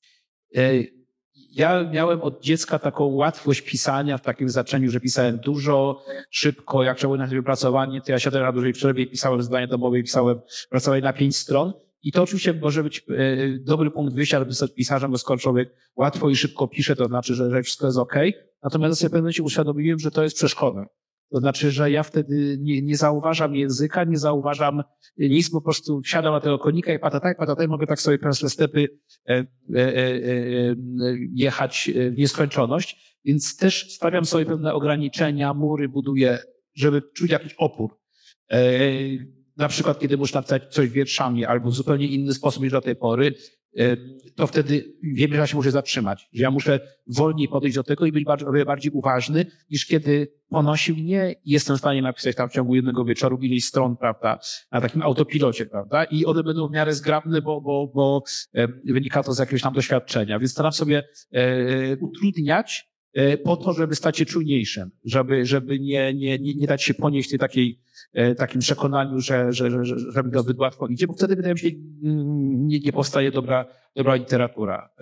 ja miałem od dziecka taką łatwość pisania w takim znaczeniu, że pisałem dużo, szybko, jak trzeba było na wypracowanie, to ja siadałem na dużej przerwie i pisałem zdanie domowe i pisałem, pracowałem na pięć stron. I to oczywiście może być e, dobry punkt wyjścia, żeby zostać pisarzem, bo skoro człowiek łatwo i szybko pisze, to znaczy, że, że wszystko jest okej. Natomiast ja sobie w pewnym momencie uświadomiłem, że to jest przeszkoda. To znaczy, że ja wtedy nie, nie zauważam języka, nie zauważam nic, po prostu siadam na tego konika i patataj, patataj, mogę tak sobie przez te stepy e, e, e, jechać w nieskończoność. Więc też stawiam sobie pewne ograniczenia, mury buduję, żeby czuć jakiś opór. E, Na przykład, kiedy muszę napisać coś wierszami albo w zupełnie inny sposób niż do tej pory, to wtedy wiem, że ja się muszę zatrzymać, że ja muszę wolniej podejść do tego i być bardziej, bardziej uważny, niż kiedy ponosi mnie i jestem w stanie napisać tam w ciągu jednego wieczoru ileś stron, prawda, na takim autopilocie, prawda, i one będą w miarę zgrabne, bo, bo, bo wynika to z jakiegoś tam doświadczenia. Więc staram sobie e, utrudniać e, po to, żeby stać się czujniejszym, żeby, żeby nie, nie, nie, nie dać się ponieść tej takiej takim przekonaniu, że, że, że, że mi to zbyt łatwo idzie, bo wtedy wydaje mi się, nie, nie powstaje dobra, dobra literatura.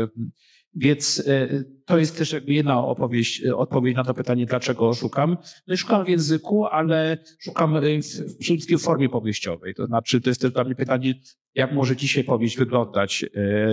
Więc to jest też jakby jedna opowieść, odpowiedź na to pytanie, dlaczego szukam. No i szukam w języku, ale szukam w, przede wszystkim w formie powieściowej. To znaczy, to jest też dla mnie pytanie, jak może dzisiaj powieść wyglądać.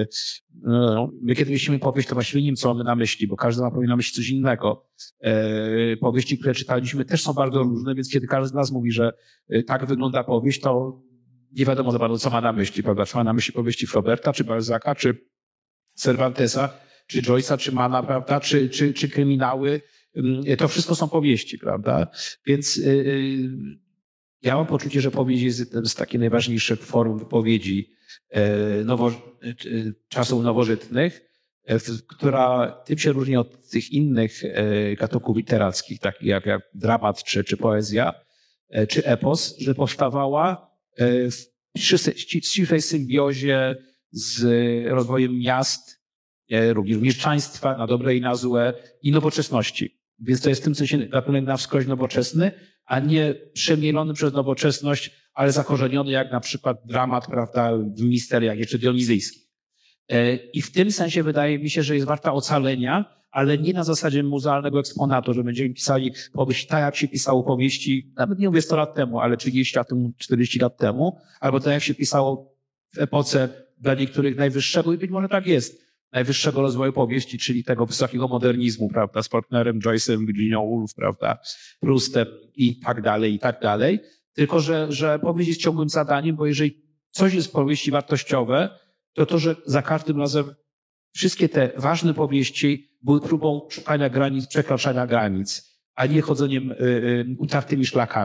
My kiedy myślimy powieść, to właściwie nie wiem, co mamy na myśli, bo każdy ma na myśli coś innego. Powieści, które czytaliśmy, też są bardzo różne, więc kiedy każdy z nas mówi, że tak wygląda powieść, to nie wiadomo za bardzo, co ma na myśli, prawda? Czy ma na myśli powieści Flauberta, czy Balzaca, czy Cervantesa, czy Joyce'a, czy Manna, prawda? Czy, czy, czy kryminały. To wszystko są powieści, prawda? Więc yy, ja mam poczucie, że powieść jest jednym z takich najważniejszych form wypowiedzi yy, nowo, yy, czasów nowożytnych, yy, która tym się różni od tych innych yy, gatunków literackich, takich jak, jak dramat, czy, czy poezja, yy, czy epos, że powstawała yy, w ścisłej symbiozie z rozwojem miast, również mieszczaństwa na dobre i na złe i nowoczesności. Więc to jest w tym sensie gatunek na wskroś nowoczesny, a nie przemielony przez nowoczesność, ale zakorzeniony jak na przykład dramat, prawda, w misteriach jeszcze dionizyjskich. I w tym sensie wydaje mi się, że jest warta ocalenia, ale nie na zasadzie muzealnego eksponatu, że będziemy pisali powieść tak, jak się pisało powieści, nawet nie mówię sto lat temu, ale trzydzieści lat temu, czterdzieści lat temu, albo tak, jak się pisało w epoce dla niektórych najwyższego, i być może tak jest, najwyższego rozwoju powieści, czyli tego wysokiego modernizmu, prawda, z Faulknerem, Joyce'em, Virginią Woolf, prawda, Proustem i tak dalej, i tak dalej. Tylko, że, że powieść jest ciągłym zadaniem, bo jeżeli coś jest w powieści wartościowe, to to, że za każdym razem wszystkie te ważne powieści były próbą szukania granic, przekraczania granic, a nie chodzeniem y, y, utartymi szlakami.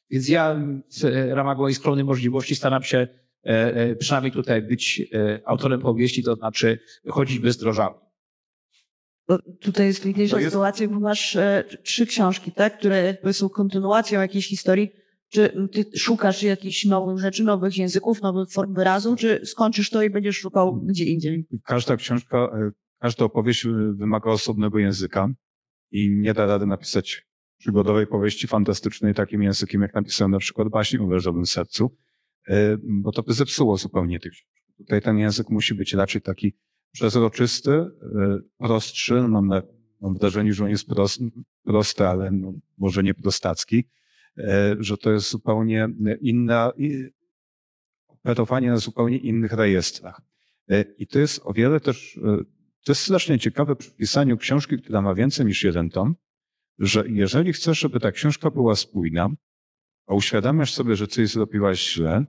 Więc ja w ramach mojej skromnej możliwości staram się przynajmniej tutaj być autorem powieści, to znaczy chodzić bezdrożami. Bo tutaj jest trudniejsza jest... sytuacja, bo masz e, trzy książki, tak, które jakby są kontynuacją jakiejś historii. Czy ty szukasz jakichś nowych rzeczy, nowych języków, nowych form wyrazu, czy skończysz to i będziesz szukał gdzie indziej? Każda książka, każda opowieść wymaga osobnego języka i nie da rady napisać przygodowej powieści fantastycznej takim językiem, jak napisałem na przykład baśń o Wężowym Sercu, bo to by zepsuło zupełnie tych książek. Tutaj ten język musi być raczej taki przezroczysty, prostszy. Mam, na, mam wrażenie, że on jest prost, prosty, ale no, może nie prostacki, że to jest zupełnie inna, operowanie na zupełnie innych rejestrach. I to jest o wiele też, to jest strasznie ciekawe przy pisaniu książki, która ma więcej niż jeden tom, że jeżeli chcesz, żeby ta książka była spójna, a uświadamiasz sobie, że coś zrobiłaś źle,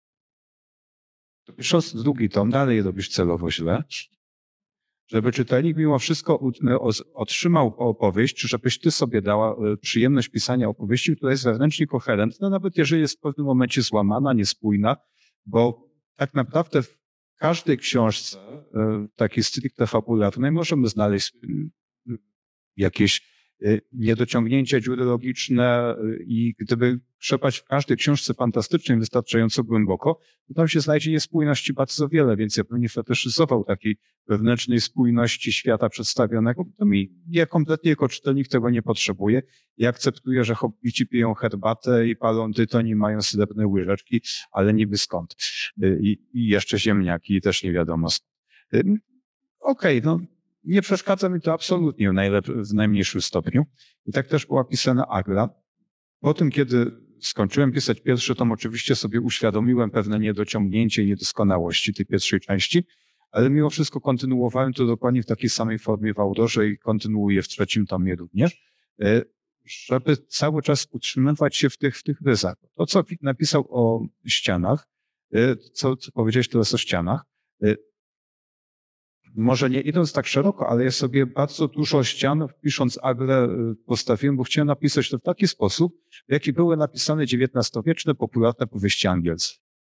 to pisząc drugi tom dalej robisz celowo źle, żeby czytelnik mimo wszystko otrzymał opowieść, czy żebyś ty sobie dała przyjemność pisania opowieści, która jest wewnętrznie koherentna, nawet jeżeli jest w pewnym momencie złamana, niespójna, bo tak naprawdę w każdej książce takiej stricte fabularnej możemy znaleźć jakieś niedociągnięcia, dziury logiczne i gdyby trzepać w każdej książce fantastycznej wystarczająco głęboko, to tam się znajdzie niespójności bardzo wiele, więc ja bym nie fetyszyzował takiej wewnętrznej spójności świata przedstawionego, to mi ja kompletnie jako czytelnik tego nie potrzebuję i akceptuję, że hobbici piją herbatę i palą tytoń i mają srebrne łyżeczki, ale niby skąd. I, i jeszcze ziemniaki i też nie wiadomo skąd. Okej, okay, no nie przeszkadza mi to absolutnie w, najlep- w najmniejszym stopniu. I tak też była pisana Agla. Po tym, kiedy skończyłem pisać pierwszy tom, oczywiście sobie uświadomiłem pewne niedociągnięcie i niedoskonałości tej pierwszej części, ale mimo wszystko kontynuowałem to dokładnie w takiej samej formie w Aurorze i kontynuuję w trzecim tomie również, żeby cały czas utrzymywać się w tych, w tych ryzach. To, co napisał o ścianach, co, co powiedziałeś teraz o ścianach, może nie idąc tak szeroko, ale ja sobie bardzo dużo ścian, pisząc Aglę, postawiłem, bo chciałem napisać to w taki sposób, w jaki były napisane dziewiętnastowieczne popularne powieści angielskie.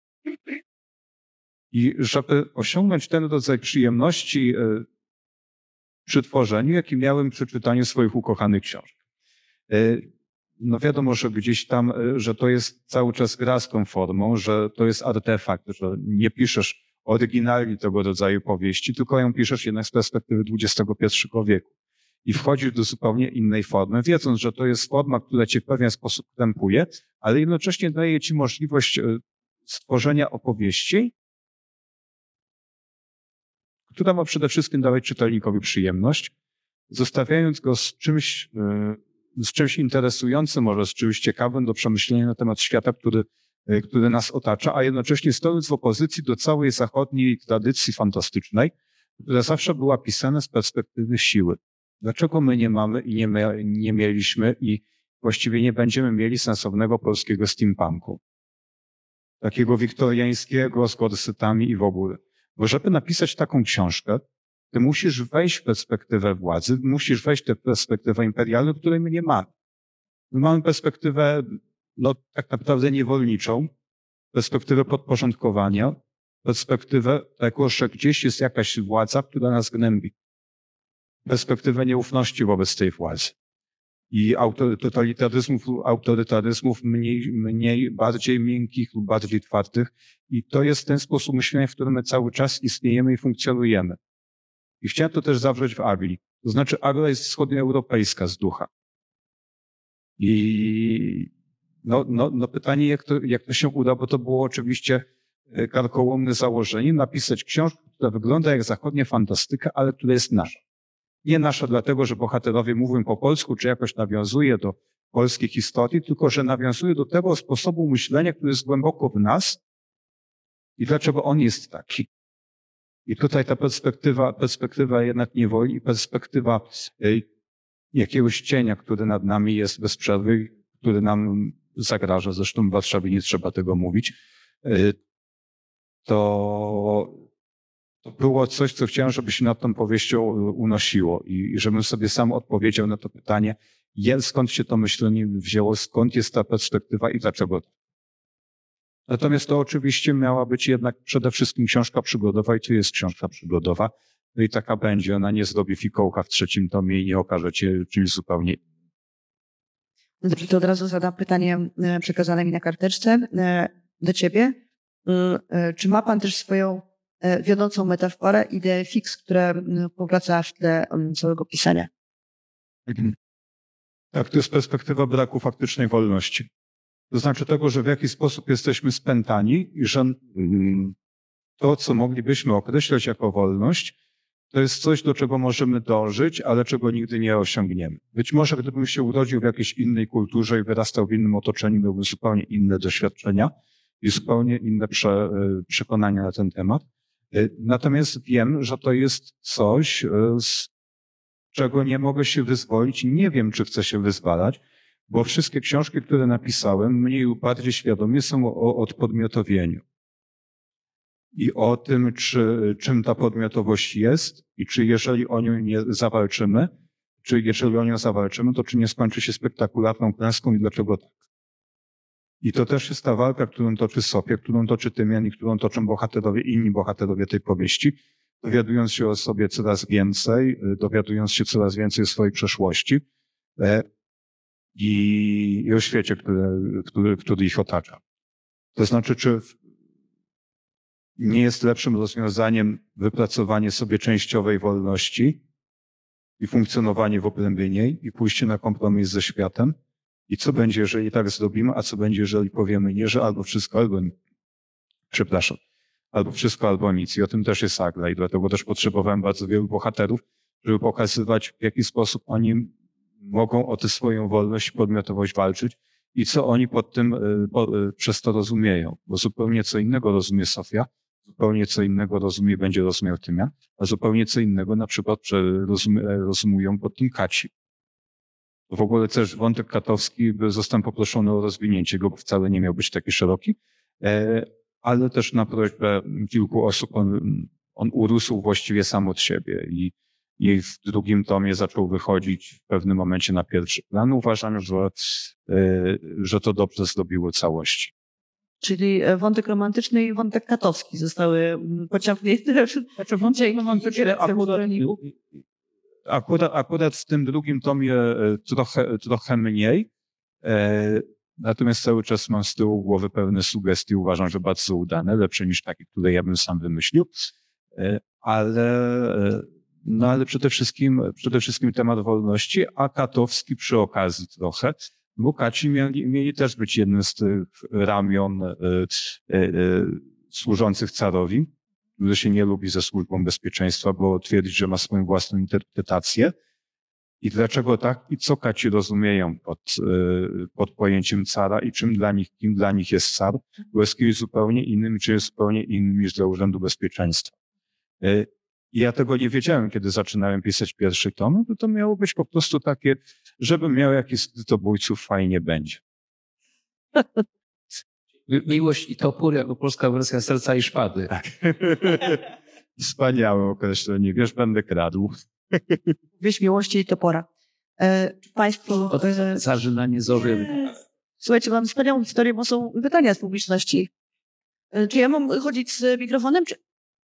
I żeby osiągnąć ten rodzaj przyjemności przy tworzeniu, jaki miałem przy czytaniu swoich ukochanych książek. No wiadomo, że gdzieś tam, że to jest cały czas gra z tą formą, że to jest artefakt, że nie piszesz oryginalnie tego rodzaju powieści, tylko ją piszesz jednak z perspektywy dwudziestego pierwszego wieku. I wchodzisz do zupełnie innej formy, wiedząc, że to jest forma, która cię w pewien sposób krępuje, ale jednocześnie daje ci możliwość stworzenia opowieści, która ma przede wszystkim dawać czytelnikowi przyjemność, zostawiając go z czymś, z czymś interesującym, może z czymś ciekawym do przemyślenia na temat świata, który który nas otacza, a jednocześnie stojąc w opozycji do całej zachodniej tradycji fantastycznej, która zawsze była pisana z perspektywy siły. Dlaczego my nie mamy i nie, my, nie mieliśmy i właściwie nie będziemy mieli sensownego polskiego steampunku? Takiego wiktoriańskiego z korsetami i w ogóle. Bo żeby napisać taką książkę, ty musisz wejść w perspektywę władzy, musisz wejść w tę perspektywę imperialną, której my nie mamy. My mamy perspektywę no tak naprawdę niewolniczą, perspektywę podporządkowania, perspektywę tego, że gdzieś jest jakaś władza, która nas gnębi. Perspektywę nieufności wobec tej władzy. I totalitaryzmów, autorytaryzmów mniej, mniej, bardziej miękkich lub bardziej twardych. I to jest ten sposób myślenia, w którym my cały czas istniejemy i funkcjonujemy. I chciałem to też zawrzeć w Agli. To znaczy Agla jest wschodnioeuropejska z ducha. I No, no, no pytanie, jak to, jak to się uda, bo to było oczywiście karkołomne założenie, napisać książkę, która wygląda jak zachodnia fantastyka, ale która jest nasza. Nie nasza dlatego, że bohaterowie mówią po polsku, czy jakoś nawiązuje do polskiej historii, tylko że nawiązuje do tego sposobu myślenia, który jest głęboko w nas i dlaczego on jest taki. I tutaj ta perspektywa, perspektywa jednak niewoli, perspektywa jakiegoś cienia, który nad nami jest bez przerwy, który nam zagraża, zresztą w Warszawie nie trzeba tego mówić, to, to było coś, co chciałem, żeby się nad tą powieścią unosiło i żebym sobie sam odpowiedział na to pytanie, jest, skąd się to myślenie wzięło, skąd jest ta perspektywa i dlaczego. Natomiast to oczywiście miała być jednak przede wszystkim książka przygodowa i to jest książka przygodowa. No i taka będzie, ona nie zrobi fikołka w trzecim tomie i nie okaże się czymś zupełnie. Dobrze, to od razu zadam pytanie przekazane mi na karteczce do ciebie. Czy ma pan też swoją wiodącą metaforę, ideę fix, która powraca w tle całego pisania? Tak, to jest perspektywa braku faktycznej wolności. To znaczy tego, że w jakiś sposób jesteśmy spętani i że to, co moglibyśmy określać jako wolność, to jest coś, do czego możemy dążyć, ale czego nigdy nie osiągniemy. Być może gdybym się urodził w jakiejś innej kulturze i wyrastał w innym otoczeniu, miałbym zupełnie inne doświadczenia i zupełnie inne prze, przekonania na ten temat. Natomiast wiem, że to jest coś, z czego nie mogę się wyzwolić i nie wiem, czy chcę się wyzwalać, bo wszystkie książki, które napisałem, mniej lub bardziej świadomie są o odpodmiotowieniu. I o tym, czy, czym ta podmiotowość jest i czy jeżeli o nią nie zawalczymy, czy jeżeli o nią zawalczymy, to czy nie skończy się spektakularną klęską i dlaczego tak. I to też jest ta walka, którą toczy Sofia, którą toczy Tymian i którą toczą bohaterowie, inni bohaterowie tej powieści, dowiadując się o sobie coraz więcej, dowiadując się coraz więcej o swojej przeszłości i, i o świecie, który, który, który ich otacza. To znaczy, czy nie jest lepszym rozwiązaniem wypracowanie sobie częściowej wolności i funkcjonowanie w obrębie niej i pójście na kompromis ze światem? I co będzie, jeżeli tak zrobimy, a co będzie, jeżeli powiemy nie, że albo wszystko, albo nic. Przepraszam. Albo wszystko, albo nic. I o tym też jest saga i dlatego też potrzebowałem bardzo wielu bohaterów, żeby pokazywać, w jaki sposób oni mogą o tę swoją wolność i podmiotowość walczyć i co oni pod tym, po, przez to rozumieją. Bo zupełnie co innego rozumie Sofia, zupełnie co innego rozumie, będzie rozumiał Tymian, a zupełnie co innego na przykład rozumie, rozumują pod tym Kaci. W ogóle też wątek katowski zostałem poproszony o rozwinięcie go, bo wcale nie miał być taki szeroki, ale też na prośbę kilku osób on, on urósł właściwie sam od siebie i, i w drugim tomie zaczął wychodzić w pewnym momencie na pierwszy plan. Uważam, że, że to dobrze zrobiło całości. Czyli wątek romantyczny i wątek katowski zostały pociągnięte. Znaczy wątek romantyczny akurat, akurat w tym drugim tomie trochę, trochę mniej. Natomiast cały czas mam z tyłu głowy pełne sugestie, uważam, że bardzo udane, lepsze niż takie, które ja bym sam wymyślił. Ale, no ale przede wszystkim, przede wszystkim temat wolności, a katowski przy okazji trochę, bo Kaci mieli, mieli też być jednym z tych ramion y, y, y, służących carowi, który się nie lubi ze służbą bezpieczeństwa, bo twierdzi, że ma swoją własną interpretację. I dlaczego tak? I co Kaci rozumieją pod, pod pojęciem cara i czym dla nich, kim dla nich jest car, bo jest kimś zupełnie innym, czy jest zupełnie innym niż dla Urzędu Bezpieczeństwa. I ja tego nie wiedziałem, kiedy zaczynałem pisać pierwszy tom, to to miało być po prostu takie, żebym miał jakiś skrytobójców, fajnie będzie. Miłość i topór jako polska wersja Serca i Szpady. Tak. Wspaniałe określenie. Wiesz, będę kradł. Wieś miłości i topora. E, państwo... E, Zażynanie zory. Słuchajcie, mam wspaniałą historię, bo są pytania z publiczności. E, czy ja mam chodzić z mikrofonem, czy...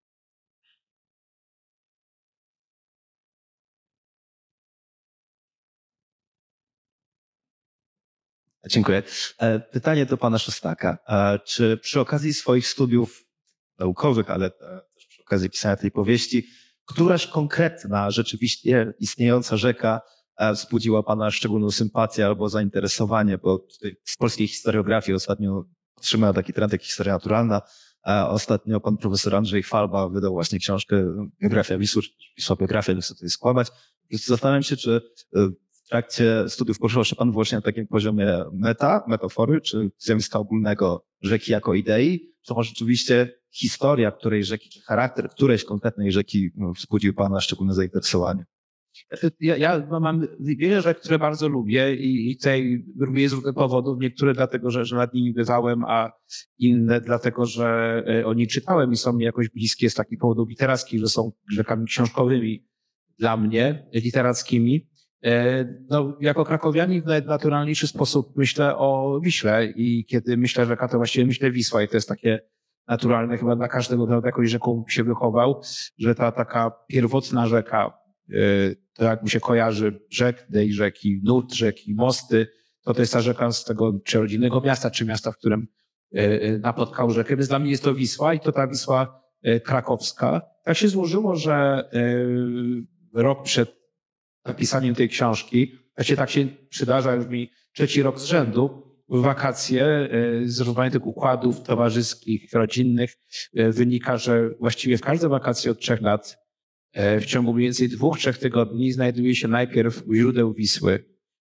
Dziękuję. Pytanie do pana Szostaka. Czy przy okazji swoich studiów naukowych, ale też przy okazji pisania tej powieści, któraś konkretna, rzeczywiście istniejąca rzeka wzbudziła pana szczególną sympatię albo zainteresowanie, bo tutaj w polskiej historiografii ostatnio otrzymała taki trend jak historia naturalna. A ostatnio pan profesor Andrzej Falba wydał właśnie książkę Biografia Wisły, Wisła biografia, nie chcę tutaj skłamać. I zastanawiam się, czy w trakcie studiów poruszał się pan właśnie na takim poziomie meta, metafory, czy zjawiska ogólnego rzeki jako idei, czy może rzeczywiście historia której rzeki, czy charakter którejś konkretnej rzeki wzbudził pana szczególne zainteresowanie? Ja, ja mam wiele rzeczy, które bardzo lubię i, i tej lubię z różnych powodów. Niektóre dlatego, że, że nad nimi bywałem, a inne dlatego, że o nich czytałem i są mi jakoś bliskie z takich powodów literackich, że są rzekami książkowymi dla mnie, literackimi. No, jako krakowianin w najnaturalniejszy sposób myślę o Wiśle i kiedy myślę rzeka, to właściwie myślę Wisła i to jest takie naturalne chyba dla każdego, kto jakąś rzeką się wychował, że ta taka pierwotna rzeka, to jak mi się kojarzy brzeg tej rzeki, nurt rzeki, mosty, to to jest ta rzeka z tego czy rodzinnego miasta, czy miasta, w którym napotkał rzekę. Więc dla mnie jest to Wisła i to ta Wisła krakowska. Tak się złożyło, że rok przed napisaniem tej książki, właśnie tak się przydarza już mi trzeci rok z rzędu, w wakacje z rozmaitych układów towarzyskich, rodzinnych wynika, że właściwie w każde wakacje od trzech lat w ciągu mniej więcej dwóch, trzech tygodni znajduje się najpierw u źródeł Wisły,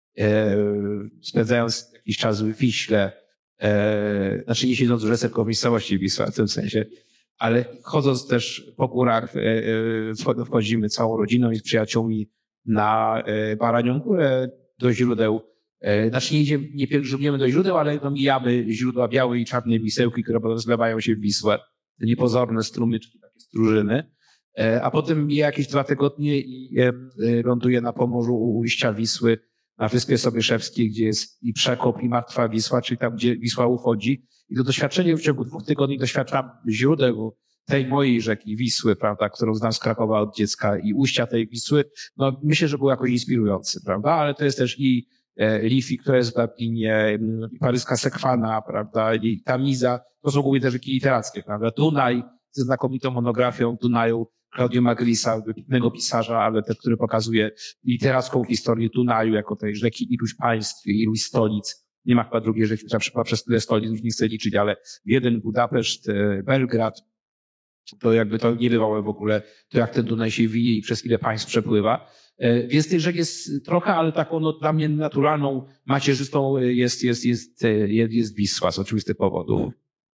spędzając jakiś czas w Wiśle, znaczy nie siedząc w rzece, tylko w miejscowości Wisła w tym sensie, ale chodząc też po górach, wchodzimy całą rodziną i z przyjaciółmi na Baranią Górę do źródeł. Znaczy nie, idziemy, nie pielgrzymujemy do źródeł, ale no mijamy źródła białej i czarnej Wisełki, które potem zlewają się w Wisłę. Te niepozorne strumyczki, takie stróżyny. A potem mija jakieś dwa tygodnie i ląduje na Pomorzu u ujścia Wisły, na Wyspie Sobieszewskiej, gdzie jest i przekop, i martwa Wisła, czyli tam, gdzie Wisła uchodzi. I to doświadczenie w ciągu dwóch tygodni doświadczam źródeł tej mojej rzeki Wisły, prawda, którą znam z Krakowa od dziecka i ujścia tej Wisły, no myślę, że był jakoś inspirujący, prawda, ale to jest też i Liffey, która jest w Dublinie, i paryska Sekwana, prawda, i Tamiza, to są głównie te rzeki literackie, prawda, Dunaj ze znakomitą monografią Dunaju Claudio Magrisa, wybitnego pisarza, ale ten, który pokazuje literacką historię Dunaju jako tej rzeki iluś państw, iluś stolic. Nie ma chyba drugiej rzeki, która przepływa przez tyle stolic, już nie chcę liczyć, ale Wiedeń, Budapeszt, Belgrad, to jakby to niebywałe w ogóle, to jak ten Dunaj się wije i przez ile państw przepływa. Więc tych rzek jest trochę, ale taką no, dla mnie naturalną, macierzystą jest, jest, jest, jest, jest Wisła z oczywistych powodów.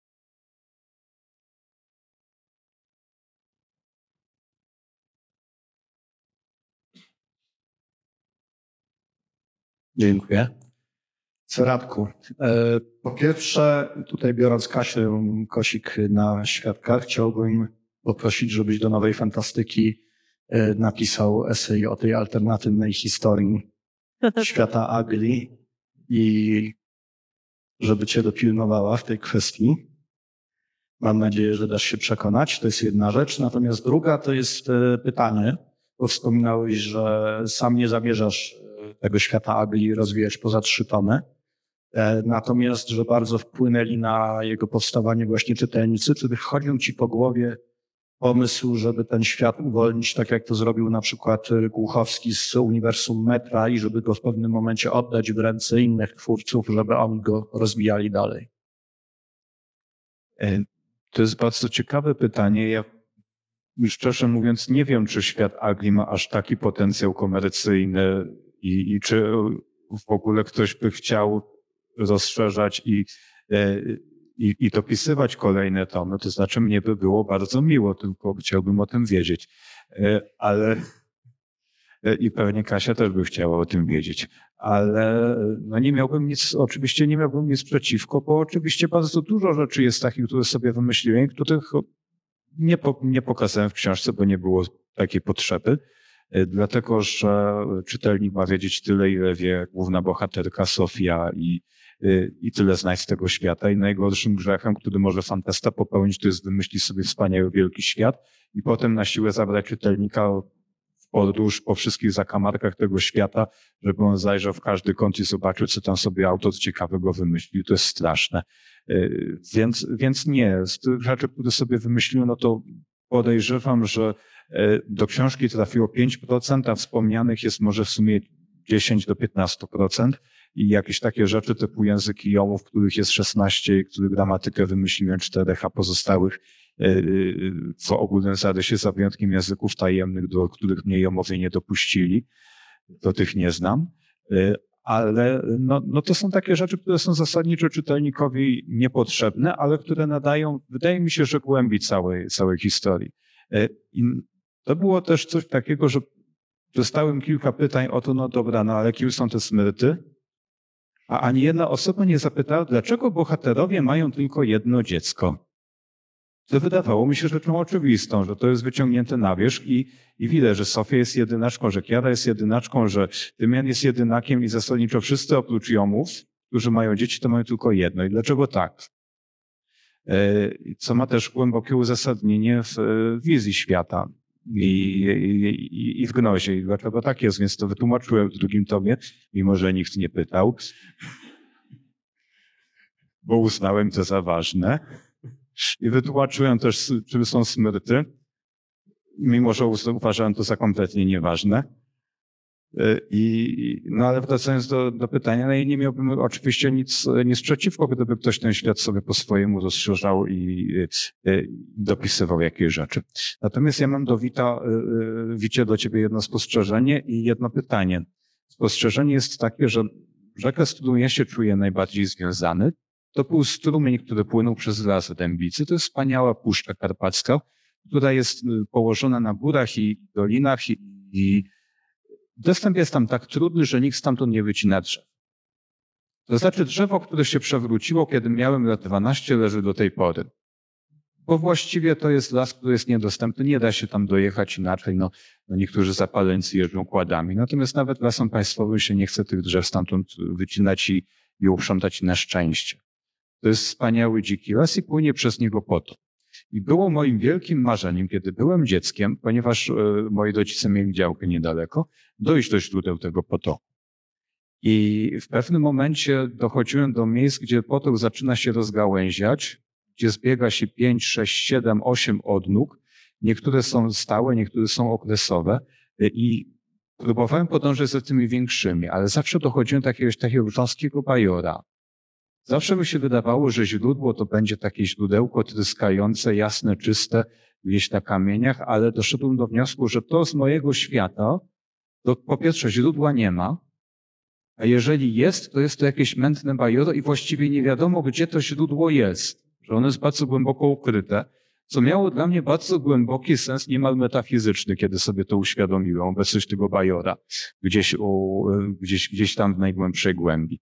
Dziękuję. Co Radku? Po pierwsze, tutaj biorąc Kasię Kosik na świadka, chciałbym poprosić, żebyś do Nowej Fantastyki napisał esej o tej alternatywnej historii świata Agli i żeby cię dopilnowała w tej kwestii. Mam nadzieję, że dasz się przekonać. To jest jedna rzecz. Natomiast druga to jest pytanie, bo wspominałeś, że sam nie zamierzasz tego świata Agli rozwijać poza trzy tomy. Natomiast, że bardzo wpłynęli na jego powstawanie właśnie czytelnicy, czy chodził ci po głowie pomysł, żeby ten świat uwolnić, tak jak to zrobił na przykład Głuchowski z Uniwersum Metra i żeby go w pewnym momencie oddać w ręce innych twórców, żeby oni go rozwijali dalej? To jest bardzo ciekawe pytanie. Ja szczerze mówiąc nie wiem, czy świat Agli ma aż taki potencjał komercyjny i, i czy w ogóle ktoś by chciał rozszerzać i, i, i dopisywać kolejne tomy. To znaczy mnie by było bardzo miło, tylko chciałbym o tym wiedzieć. Ale i pewnie Kasia też by chciała o tym wiedzieć. Ale no nie miałbym nic, oczywiście nie miałbym nic przeciwko, bo oczywiście bardzo dużo rzeczy jest takich, które sobie wymyśliłem, których nie, po, nie pokazałem w książce, bo nie było takiej potrzeby. Dlatego, że czytelnik ma wiedzieć tyle, ile wie główna bohaterka Sofia i, i tyle znać z tego świata. I najgorszym grzechem, który może fantasta popełnić, to jest wymyślić sobie wspaniały, wielki świat i potem na siłę zabrać czytelnika w podróż po wszystkich zakamarkach tego świata, żeby on zajrzał w każdy kąt i zobaczył, co tam sobie autor ciekawego wymyślił. To jest straszne. Więc, więc nie. Z tych rzeczy, które sobie wymyśliłem, no to podejrzewam, że do książki trafiło pięć procent, a wspomnianych jest może w sumie dziesięć do piętnastu procent i jakieś takie rzeczy typu języki jomów, których jest szesnaście i których gramatykę wymyśliłem czterech, a pozostałych w ogólnym zarysie za wyjątkiem języków tajemnych, do których mnie jomowie nie dopuścili. Do tych nie znam. Ale no, no to są takie rzeczy, które są zasadniczo czytelnikowi niepotrzebne, ale które nadają, wydaje mi się, że głębi całej, całej historii. I to było też coś takiego, że dostałem kilka pytań o to, no dobra, no ale kim są te Smyrty? A ani jedna osoba nie zapytała, dlaczego bohaterowie mają tylko jedno dziecko. to wydawało mi się rzeczą oczywistą, że to jest wyciągnięte na wierzch i, i widać, że Sofia jest jedynaczką, że Kiara jest jedynaczką, że Tymian jest jedynakiem i zasadniczo wszyscy oprócz Jomów, którzy mają dzieci, to mają tylko jedno. I dlaczego tak? Co ma też głębokie uzasadnienie w wizji świata i, i, i w gnozie. I dlaczego tak jest? Więc to wytłumaczyłem w drugim tomie, mimo że nikt nie pytał, bo uznałem to za ważne. I wytłumaczyłem też, czym są smyrty, mimo że uważałem to za kompletnie nieważne. I, no ale wracając do, do pytania, no i nie miałbym oczywiście nic, nic przeciwko, gdyby ktoś ten świat sobie po swojemu rozszerzał i, i, i dopisywał jakieś rzeczy. Natomiast ja mam do Wita, Wicie, do ciebie jedno spostrzeżenie i jedno pytanie. Spostrzeżenie jest takie, że rzeka, z którą ja się czuję najbardziej związany, to był strumień, który płynął przez lasy Dębicy. To jest wspaniała Puszcza Karpacka, która jest położona na górach i dolinach i, i dostęp jest tam tak trudny, że nikt stamtąd nie wycina drzew. To znaczy drzewo, które się przewróciło, kiedy miałem lat dwanaście, leży do tej pory. Bo właściwie to jest las, który jest niedostępny, nie da się tam dojechać inaczej. No, no niektórzy zapaleńcy jeżdżą kładami. Natomiast nawet lasom państwowym się nie chce tych drzew stamtąd wycinać i, i uprzątać na szczęście. To jest wspaniały dziki las i płynie przez niego potok. I było moim wielkim marzeniem, kiedy byłem dzieckiem, ponieważ e, moi rodzice mieli działkę niedaleko, dojść do źródeł tego potoku. I w pewnym momencie dochodziłem do miejsc, gdzie potok zaczyna się rozgałęziać, gdzie zbiega się pięć, sześć, siedem, osiem odnóg. Niektóre są stałe, niektóre są okresowe. I próbowałem podążać za tymi większymi, ale zawsze dochodziłem do jakiegoś takiego wąskiego bajora. Zawsze mi się wydawało, że źródło to będzie takie źródełko tryskające, jasne, czyste, gdzieś na kamieniach, ale doszedłem do wniosku, że to z mojego świata, to po pierwsze źródła nie ma, a jeżeli jest, to jest to jakieś mętne bajoro i właściwie nie wiadomo, gdzie to źródło jest, że ono jest bardzo głęboko ukryte, co miało dla mnie bardzo głęboki sens, niemal metafizyczny, kiedy sobie to uświadomiłem, obecność tego bajora, gdzieś, u, gdzieś, gdzieś tam w najgłębszej głębi.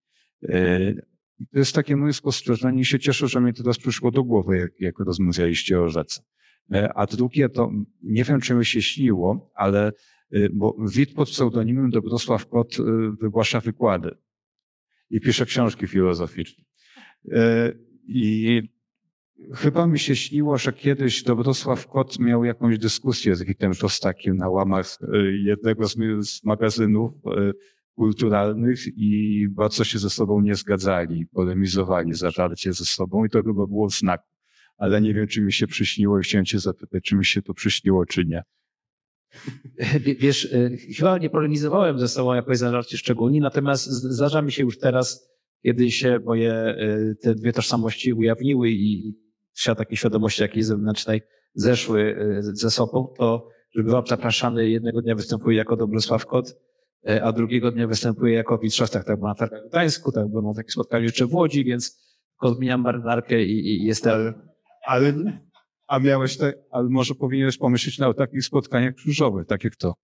To jest takie moje spostrzeżenie i się cieszę, że mi teraz przyszło do głowy, jak, jak rozmawialiście o rzece. A drugie to, nie wiem, czy mi się śniło, ale bo Wit pod pseudonimem Dobrosław Kot wygłasza wykłady i pisze książki filozoficzne. I chyba mi się śniło, że kiedyś Dobrosław Kot miał jakąś dyskusję z Witem Szostakiem na łamach jednego z, z magazynów kulturalnych i bardzo się ze sobą nie zgadzali, polemizowali zażarcie ze sobą i to chyba było w znaku. Ale nie wiem, czy mi się przyśniło i chciałem cię zapytać, czy mi się to przyśniło, czy nie. Wiesz, chyba nie polemizowałem ze sobą jakoś zażarcie szczególnie, natomiast zdarza mi się już teraz, kiedy się moje te dwie tożsamości ujawniły i świat takiej świadomości jakiejś zewnętrznej zeszły ze sobą, to że bywam zapraszany, jednego dnia występuję jako Dobrosław Kot, a drugiego dnia występuję jako Wit Szostak, tak było na targach w Gdańsku, tak było na takie spotkanie jeszcze w Łodzi, więc zmieniam marynarkę i, i jestem... Ale, a miałeś te, ale może powinieneś pomyśleć na takich spotkaniach krzyżowych, tak jak to.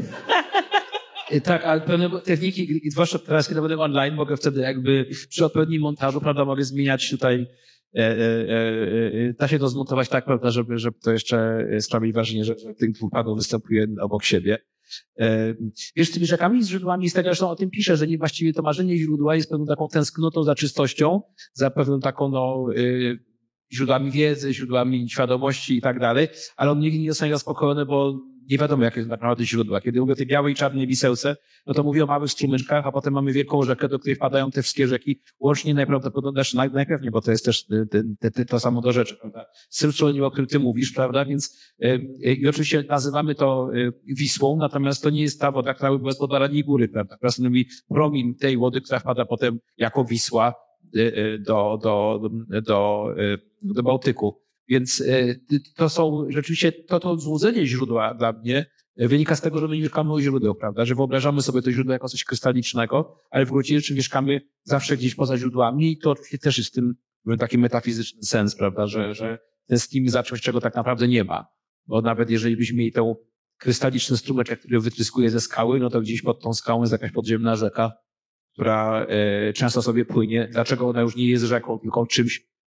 Tak, ale pewne techniki, zwłaszcza teraz, kiedy będę online, mogę wtedy jakby przy odpowiednim montażu, prawda, mogę zmieniać tutaj, e, e, e, da się to zmontować tak, prawda, żeby, żeby to jeszcze sprawić wrażenie, że, że tych dwóch panów występuje obok siebie. E, wiesz, tymi rzekami z źródłami, zresztą o tym piszę, że nie właściwie to marzenie źródła jest pewną taką tęsknotą za czystością, za pewną taką, no, y, źródłami wiedzy, źródłami świadomości i tak dalej, ale on nigdy nie zostanie zaspokojony, bo nie wiadomo, jakie są tak naprawdę źródła. Kiedy mówię o tej białej i czarnej wisełce, no to mówię o małych strumyczkach, a potem mamy wielką rzekę, do której wpadają te wszystkie rzeki, łącznie najprawdopodobniej, znaczy najpierw nie, bo to jest też te, te, te, to samo do rzeczy, prawda? Sylczolim, o którym ty mówisz, prawda? Więc yy, i oczywiście nazywamy to yy, Wisłą, natomiast to nie jest ta woda, która była z Podbaraniej Góry, prawda? Po mówi promień tej wody, która wpada potem jako Wisła yy, do, do, do, do, yy, do Bałtyku. Więc to są rzeczywiście, to, to złudzenie źródła dla mnie wynika z tego, że my nie mieszkamy u źródeł, prawda? Że wyobrażamy sobie to źródło jako coś krystalicznego, ale w gruncie rzeczy mieszkamy zawsze gdzieś poza źródłami i to oczywiście też jest w tym taki metafizyczny sens, prawda? Że, że tęsknimy za czymś, czego tak naprawdę nie ma. Bo nawet jeżeli byśmy mieli ten krystaliczny strumyczek, który wytryskuje ze skały, no to gdzieś pod tą skałą jest jakaś podziemna rzeka, która e, często sobie płynie. Dlaczego ona już nie jest rzeką, tylko czymś,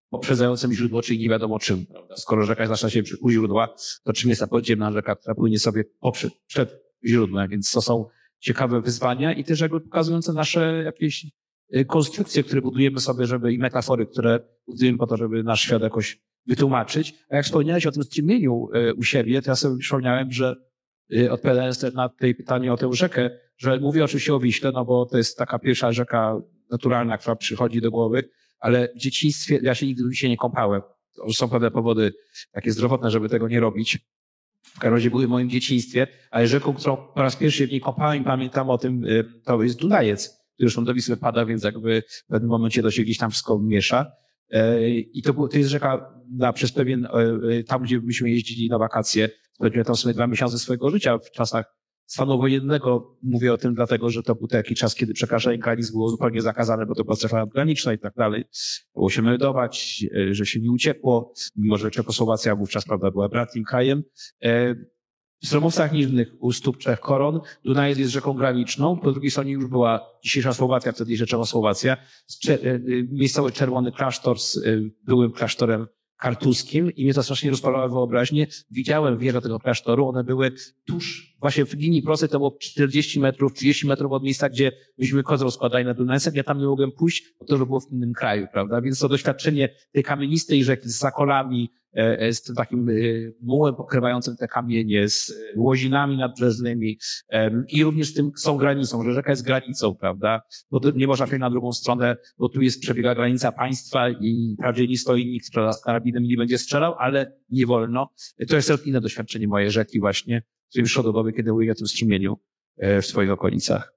poprzedzającym źródło, czyli nie wiadomo czym. Prawda? Skoro rzeka zaczyna się u źródła, to czym jest ta podziemna rzeka, która płynie sobie poprzed, przed źródłem. Więc to są ciekawe wyzwania i też jakby pokazujące nasze jakieś konstrukcje, które budujemy sobie, żeby i metafory, które budujemy po to, żeby nasz świat jakoś wytłumaczyć. A jak wspomniałeś o tym strumieniu u siebie, to ja sobie przypomniałem, że odpowiadając na tej pytanie o tę rzekę, że mówię oczywiście o Wiśle, no bo to jest taka pierwsza rzeka naturalna, która przychodzi do głowy, ale w dzieciństwie ja się nigdy w Wiśle nie kąpałem. To są pewne powody takie zdrowotne, żeby tego nie robić. W każdym razie były w moim dzieciństwie, ale rzeką, którą po raz pierwszy w niej kąpałem i pamiętam o tym, to jest Dunajec, który zresztą do Wisły wpada, więc jakby w pewnym momencie to się gdzieś tam wszystko miesza. I to, było, to jest rzeka na, przez pewien, tam gdzie myśmy jeździli na wakacje, spędziłem tam sobie dwa miesiące swojego życia w czasach stanu wojennego. Mówię o tym dlatego, że to był taki czas, kiedy przekraczanie granic było zupełnie zakazane, bo to była strefa graniczna i tak dalej. Było się meldować, że się nie uciekło, mimo że Czechosłowacja wówczas, prawda, była bratnim krajem. W Stromowcach Niżnych u stóp Trzech Koron Dunajec jest rzeką graniczną. Po drugiej stronie już była dzisiejsza Słowacja, wtedy jeszcze Czechosłowacja. Miejscowy Czerwony Klasztor z byłym klasztorem kartuskim i mnie to strasznie rozpalało wyobraźnię. Widziałem wieże tego klasztoru, one były tuż, właśnie w linii prostej, to było czterdzieści metrów, trzydzieści metrów od miejsca, gdzie myśmy kozy rozkładali na Dunajce. Ja tam nie mogłem pójść, bo to, że było w innym kraju, prawda? Więc to doświadczenie tej kamienistej rzeki z zakolami, z tym takim mułem pokrywającym te kamienie, z łozinami nadbrzeżnymi i również z tym są granicą, że rzeka jest granicą, prawda? Bo nie można przejść na drugą stronę, bo tu jest przebiega granica państwa i wprawdzie nie stoi nikt z karabinem nie będzie strzelał, ale nie wolno. To jest inne doświadczenie mojej rzeki właśnie, w tym środowy, kiedy mówię o tym strumieniu w swoich okolicach.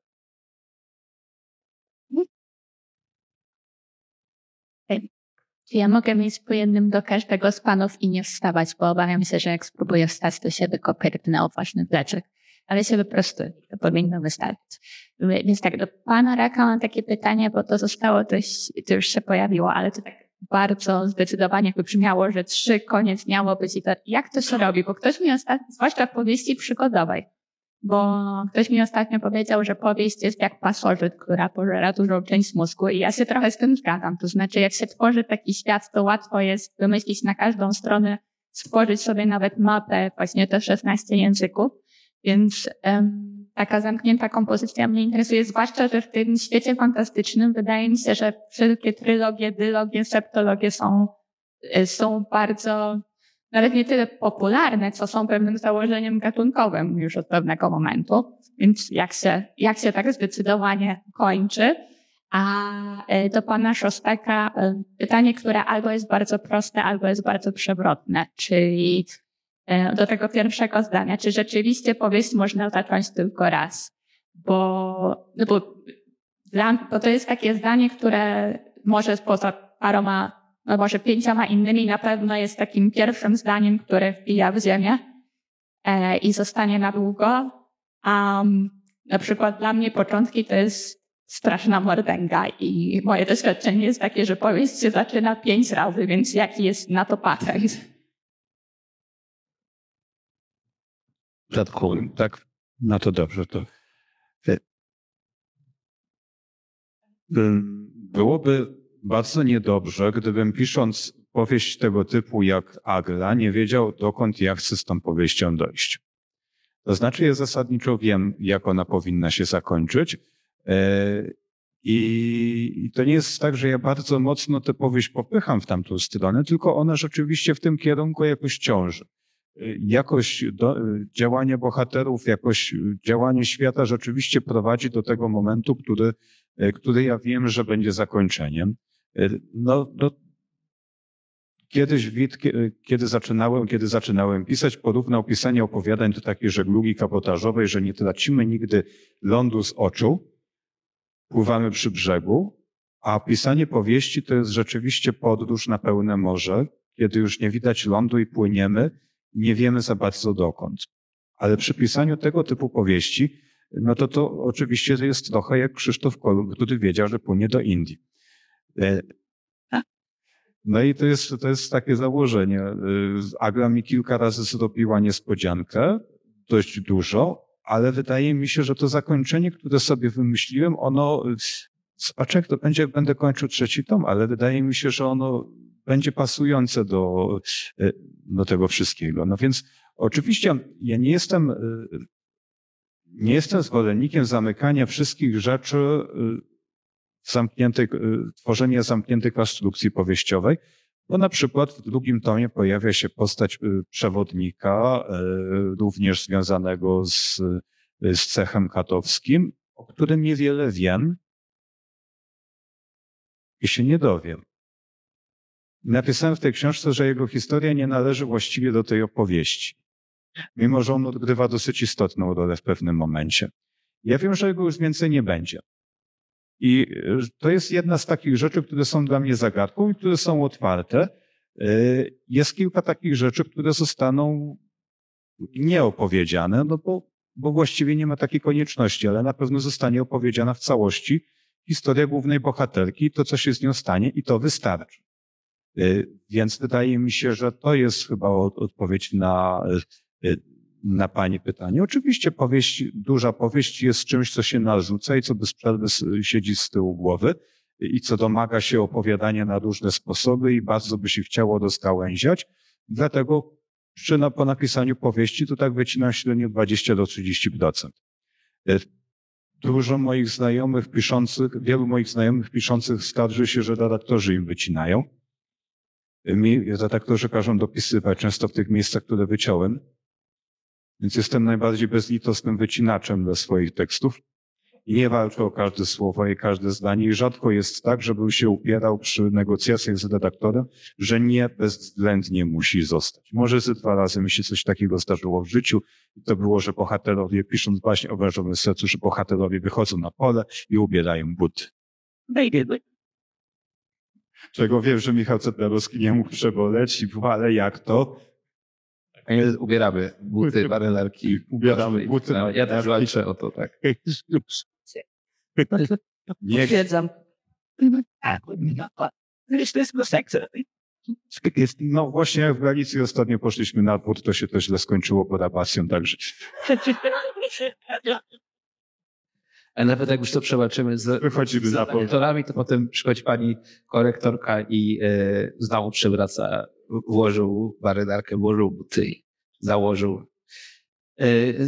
Czy ja mogę mieć po jednym do każdego z panów i nie wstawać, bo obawiam się, że jak spróbuję wstać, to się wykopyrtnę o ważny pleczek. Ale się wyprostuję, to powinno wystarczyć. Więc tak, do pana Raka mam takie pytanie, bo to zostało dość, to już się pojawiło, ale to tak bardzo zdecydowanie wybrzmiało, że trzy, koniec miało być i to, jak to się robi? Bo ktoś mi ostatnio, zwłaszcza w powieści przygodowej, bo ktoś mi ostatnio powiedział, że powieść jest jak pasożyt, która pożera dużą część mózgu i ja się trochę z tym zgadzam. To znaczy, jak się tworzy taki świat, to łatwo jest wymyślić na każdą stronę, stworzyć sobie nawet mapę, właśnie te szesnaście języków, więc um, taka zamknięta kompozycja mnie interesuje, zwłaszcza, że w tym świecie fantastycznym wydaje mi się, że wszelkie trylogie, dylogie, septologie są, są bardzo nawet nie tyle popularne, co są pewnym założeniem gatunkowym już od pewnego momentu. Więc jak się, jak się tak zdecydowanie kończy. A do pana Szostaka pytanie, które albo jest bardzo proste, albo jest bardzo przewrotne, czyli do tego pierwszego zdania. Czy rzeczywiście powieść można zacząć tylko raz? Bo, no bo, dla, bo to jest takie zdanie, które może poza paroma, no może pięcioma innymi na pewno jest takim pierwszym zdaniem, które wbija w ziemię e, i zostanie na długo. A um, na przykład dla mnie początki to jest straszna mordęga i moje doświadczenie jest takie, że powieść się zaczyna pięć razy, więc jaki jest na to patent? Rzadko, tak, no to dobrze, to byłoby bardzo niedobrze, gdybym pisząc powieść tego typu jak Agla nie wiedział, dokąd ja chcę z tą powieścią dojść. To znaczy, ja zasadniczo wiem, jak ona powinna się zakończyć. I to nie jest tak, że ja bardzo mocno tę powieść popycham w tamtą stronę, tylko ona rzeczywiście w tym kierunku jakoś ciąży. Jakoś do, działanie bohaterów, jakoś działanie świata rzeczywiście prowadzi do tego momentu, który, który ja wiem, że będzie zakończeniem. No, no, kiedyś Wit, kiedy zaczynałem, kiedy zaczynałem pisać, porównał pisanie opowiadań do takiej żeglugi kabotażowej, że nie tracimy nigdy lądu z oczu, pływamy przy brzegu, a pisanie powieści to jest rzeczywiście podróż na pełne morze, kiedy już nie widać lądu i płyniemy, nie wiemy za bardzo dokąd. Ale przy pisaniu tego typu powieści, no to to oczywiście jest trochę jak Krzysztof Kolumb, który wiedział, że płynie do Indii. No i to jest, to jest takie założenie. Agla mi kilka razy zrobiła niespodziankę, dość dużo, ale wydaje mi się, że to zakończenie, które sobie wymyśliłem, ono, zobaczę jak to będzie, jak będę kończył trzeci tom, ale wydaje mi się, że ono będzie pasujące do, do tego wszystkiego. No więc oczywiście ja nie jestem, nie jestem zwolennikiem zamykania wszystkich rzeczy w zamkniętej, tworzenia zamkniętej konstrukcji powieściowej, bo na przykład w drugim tomie pojawia się postać przewodnika, również związanego z, z cechem katowskim, o którym niewiele wiem i się nie dowiem. Napisałem w tej książce, że jego historia nie należy właściwie do tej opowieści, mimo że on odgrywa dosyć istotną rolę w pewnym momencie. Ja wiem, że jego już więcej nie będzie. I to jest jedna z takich rzeczy, które są dla mnie zagadką i które są otwarte. Jest kilka takich rzeczy, które zostaną nieopowiedziane, no bo, bo właściwie nie ma takiej konieczności, ale na pewno zostanie opowiedziana w całości historia głównej bohaterki, to co się z nią stanie i to wystarczy. Więc wydaje mi się, że to jest chyba odpowiedź na, na pani pytanie. Oczywiście powieść, duża powieść jest czymś, co się narzuca i co bez przerwy siedzi z tyłu głowy i co domaga się opowiadania na różne sposoby i bardzo by się chciało rozgałęziać. Dlatego przy, po napisaniu powieści to tak wycinam średnio dwadzieścia do trzydziestu procent. Dużo moich znajomych piszących, wielu moich znajomych piszących skarży się, że redaktorzy im wycinają. Mi redaktorzy każą dopisywać, często w tych miejscach, które wyciąłem. Więc jestem najbardziej bezlitosnym wycinaczem dla swoich tekstów. I nie walczę o każde słowo i każde zdanie. I rzadko jest tak, żebym się upierał przy negocjacjach z redaktorem, że nie bezwzględnie musi zostać. Może ze dwa razy mi się coś takiego zdarzyło w życiu. I to było, że bohaterowie, pisząc właśnie o wężowym sercu, że bohaterowie wychodzą na pole i ubierają buty. Czego wiem, że Michał Ceperowski nie mógł przeboleć, ale jak to? Ubieramy buty, marynarki. Ubieramy buty. No, ja też walczę o to, tak. Potwierdzam. No właśnie jak w Galicji ostatnio poszliśmy na dwór, to się to źle skończyło pod abacją, także. A nawet jak już to przebaczymy z, Wychodzimy z na redaktorami, to potem przychodzi pani korektorka i e, znowu przywraca, włożył marynarkę, włożył buty, założył. E,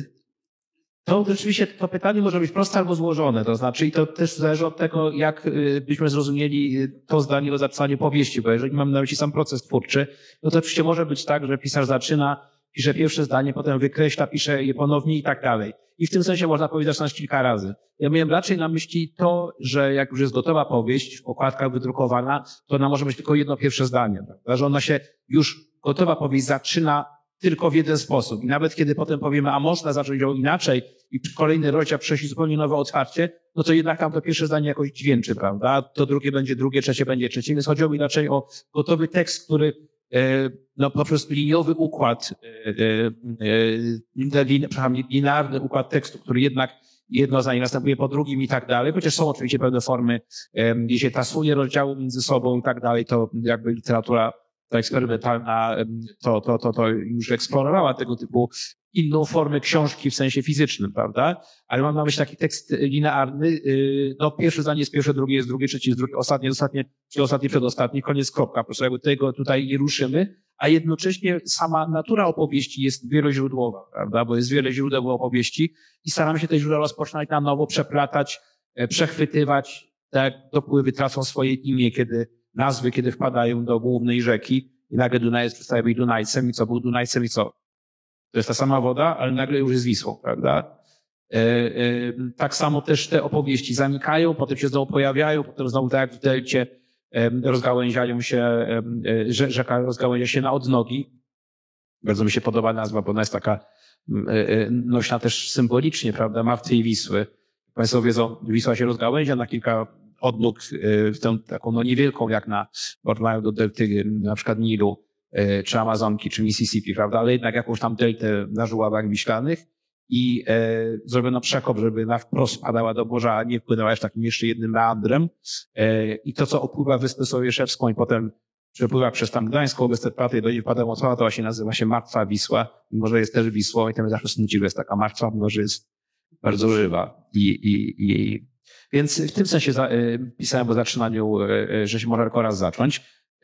to rzeczywiście to pytanie może być proste albo złożone, to znaczy i to też zależy od tego, jak byśmy zrozumieli to zdanie o zapisaniu powieści, bo jeżeli mamy na myśli sam proces twórczy, no to oczywiście może być tak, że pisarz zaczyna, pisze pierwsze zdanie, potem wykreśla, pisze je ponownie i tak dalej. I w tym sensie można powiedzieć zaczynać kilka razy. Ja miałem raczej na myśli to, że jak już jest gotowa powieść, w okładkach wydrukowana, to ona może być tylko jedno pierwsze zdanie. Prawda? Że ona się już, gotowa powieść zaczyna tylko w jeden sposób. I nawet kiedy potem powiemy, a można zacząć ją inaczej i kolejny rozdział przejść zupełnie nowe otwarcie, no to jednak tam to pierwsze zdanie jakoś dźwięczy, prawda? To drugie będzie drugie, trzecie będzie trzecie. Więc chodziło mi raczej o gotowy tekst, który no poprzez liniowy układ, przepraszam, linearny układ tekstu, który jednak jedno zdanie następuje po drugim i tak dalej, chociaż są oczywiście pewne formy, gdzie się tasuje rozdziały między sobą i tak dalej, to jakby literatura ta eksperymentalna to, to, to, to już eksplorowała tego typu inną formę książki w sensie fizycznym, prawda? Ale mam na myśli taki tekst linearny, no pierwsze zdanie jest pierwsze, drugie jest drugie, trzecie jest drugie, ostatnie, ostatnie, przedostatnie, przedostatnie, koniec, kropka. Po prostu jakby tego tutaj nie ruszymy, a jednocześnie sama natura opowieści jest wieloźródłowa, prawda? Bo jest wiele źródeł opowieści i staramy się te źródła rozpoczynać na nowo, przeplatać, przechwytywać, tak dopływy tracą swoje imię, kiedy nazwy, kiedy wpadają do głównej rzeki i nagle Dunajec przestaje być Dunajcem i co był Dunajcem i co? To jest ta sama woda, ale nagle już jest Wisłą, prawda? E, e, tak samo też te opowieści zanikają, potem się znowu pojawiają, potem znowu tak jak w delcie e, rozgałęziają się, e, rzeka rozgałęzia się na odnogi. Bardzo mi się podoba nazwa, bo ona jest taka e, nośna też symbolicznie, prawda? Mawty i Wisły. Państwo wiedzą, Wisła się rozgałęzia na kilka odnóg, e, w tę taką no niewielką jak na porównają do delty na przykład Nilu, czy Amazonki, czy Mississippi, prawda, ale jednak jakąś tam deltę na żuławach wiślanych i e, zrobiono przekop, żeby na wprost padała do morza, a nie wpłynęła już takim jeszcze jednym meandrem. E, I to, co opływa Wyspę Sowieszewską i potem przepływa przez tam Gdańską, Westerplatte i do niej wpada Mocowa, to właśnie nazywa się Martwa Wisła, mimo że jest też Wisłą i tam zawsze sądzi, że jest taka martwa, mimo że jest bardzo żywa. I, i, i... Więc w tym sensie za, e, pisałem o zaczynaniu, e, że się może tylko raz zacząć.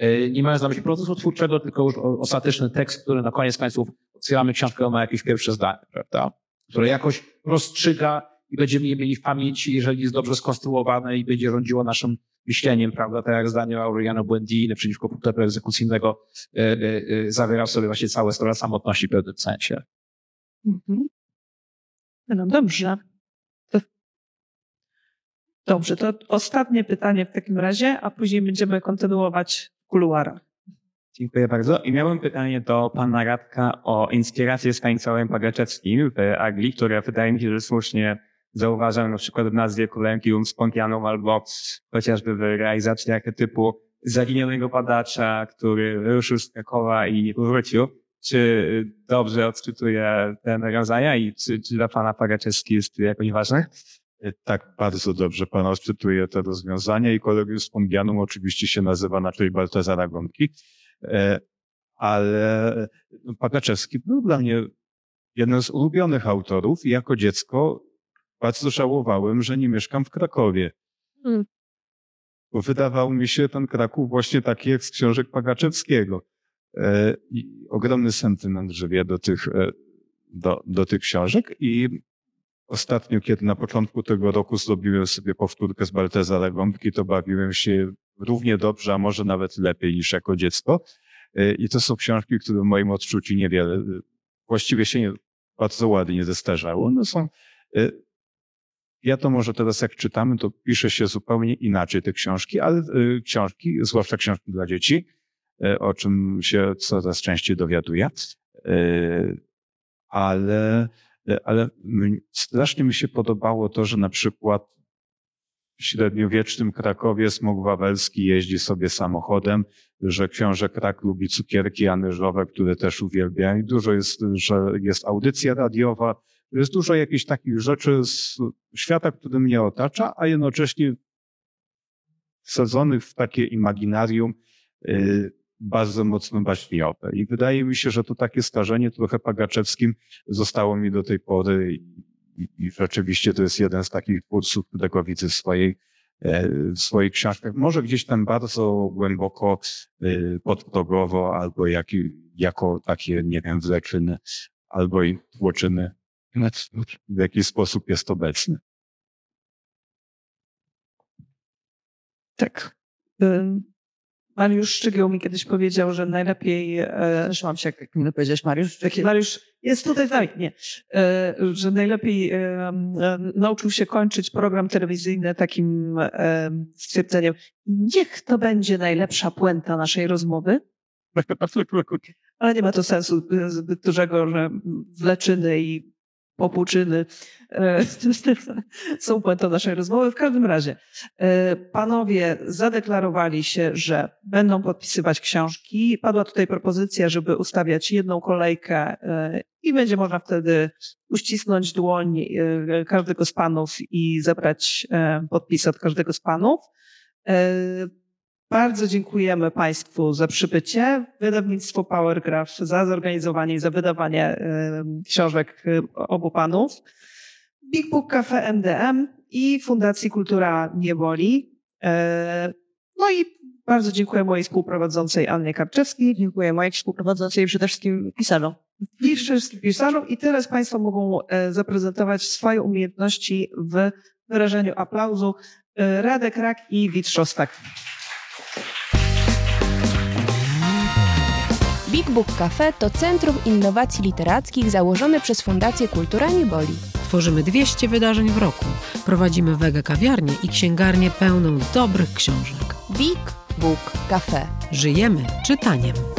Nie mając na myśli procesu twórczego, tylko już ostateczny tekst, który na koniec końców otwieramy książkę, ma jakieś pierwsze zdanie, prawda? Które jakoś rozstrzyga i będziemy je mieli w pamięci, jeżeli jest dobrze skonstruowane i będzie rządziło naszym myśleniem, prawda? Tak jak zdanie Aureliana Buendii przeciwko prawa egzekucyjnego yy, yy, zawiera w sobie właśnie całe sto lat samotności w pewnym sensie. Mhm. No dobrze. To... Dobrze, to ostatnie pytanie w takim razie, a później będziemy kontynuować w kuluarach. Dziękuję bardzo. I miałem pytanie do pana Radka o inspirację Stanisławem Pagaczewskim w Anglii, które wydaje mi się, że słusznie zauważam na przykład w nazwie Colloquium Spontianum albo chociażby w realizacji archetypu zaginionego badacza, który ruszył z Krakowa i nie powrócił. Czy dobrze odczytuję te nawiązania i czy, czy dla pana Pagaczewski jest to jakoś ważne? Tak, bardzo dobrze pan odczytuje te rozwiązania i Colloquium Spontianum oczywiście się nazywa na czele Baltazara Gąbki, ale Pagaczewski był dla mnie jednym z ulubionych autorów i jako dziecko bardzo żałowałem, że nie mieszkam w Krakowie. Hmm. Bo wydawał mi się ten Kraków właśnie taki jak z książek Pagaczewskiego. E, i ogromny sentyment żywię do tych, e, do, do tych książek i ostatnio, kiedy na początku tego roku zrobiłem sobie powtórkę z Baltazara Gąbki, to bawiłem się równie dobrze, a może nawet lepiej niż jako dziecko. E, I to są książki, które w moim odczuciu niewiele, właściwie się nie, bardzo ładnie zestarzały. One są e, Ja to może teraz jak czytamy, to pisze się zupełnie inaczej te książki, ale y, książki, zwłaszcza książki dla dzieci, y, o czym się coraz częściej dowiaduję, y, ale, y, ale strasznie mi się podobało to, że na przykład w średniowiecznym Krakowie Smok Wawelski jeździ sobie samochodem, że książę Krak lubi cukierki anyżowe, które też uwielbia i dużo jest, że jest audycja radiowa. Jest dużo jakichś takich rzeczy z świata, który mnie otacza, a jednocześnie wsadzonych w takie imaginarium y, bardzo mocno baśniowe. I wydaje mi się, że to takie skażenie trochę Pagaczewskim zostało mi do tej pory i, i rzeczywiście to jest jeden z takich twórców, którego widzę w swojej, w swoich książkach. Może gdzieś tam bardzo głęboko y, podprogowo albo jak, jako takie, nie wiem, wleczyny albo i tłoczyny. W jaki sposób jest obecny. Tak. Mariusz Szczygieł mi kiedyś powiedział, że najlepiej... Zresztą się, jak mi powiedziałeś, Mariusz. Mariusz jest tutaj z nami. Nie. Że najlepiej nauczył się kończyć program telewizyjny takim stwierdzeniem: niech to będzie najlepsza puenta naszej rozmowy. Ale nie ma to sensu zbyt dużego, że wleczyny i popłuczyny są puentą naszej rozmowy. W każdym razie panowie zadeklarowali się, że będą podpisywać książki. Padła tutaj propozycja, żeby ustawiać jedną kolejkę i będzie można wtedy uścisnąć dłoń każdego z panów i zebrać podpisy od każdego z panów. Bardzo dziękujemy państwu za przybycie, wydawnictwu Powergraph za zorganizowanie i za wydawanie y, książek y, obu panów, Big Book Cafe M D M i Fundacji Kultura Nie Boli. Y, no i bardzo dziękuję mojej współprowadzącej Annie Karczewskiej. Dziękuję mojej współprowadzącej przede wszystkim pisarzom. I wszystkim pisarzom. I teraz państwo mogą y, zaprezentować swoje umiejętności w wyrażeniu aplauzu. Y, Radek Rak i Wit Szostak. Big Book Cafe to Centrum Innowacji Literackich założone przez Fundację Kultura Nie Boli. Tworzymy dwieście wydarzeń w roku. Prowadzimy wege kawiarnię i księgarnię pełną dobrych książek. Big Book Cafe. Żyjemy czytaniem.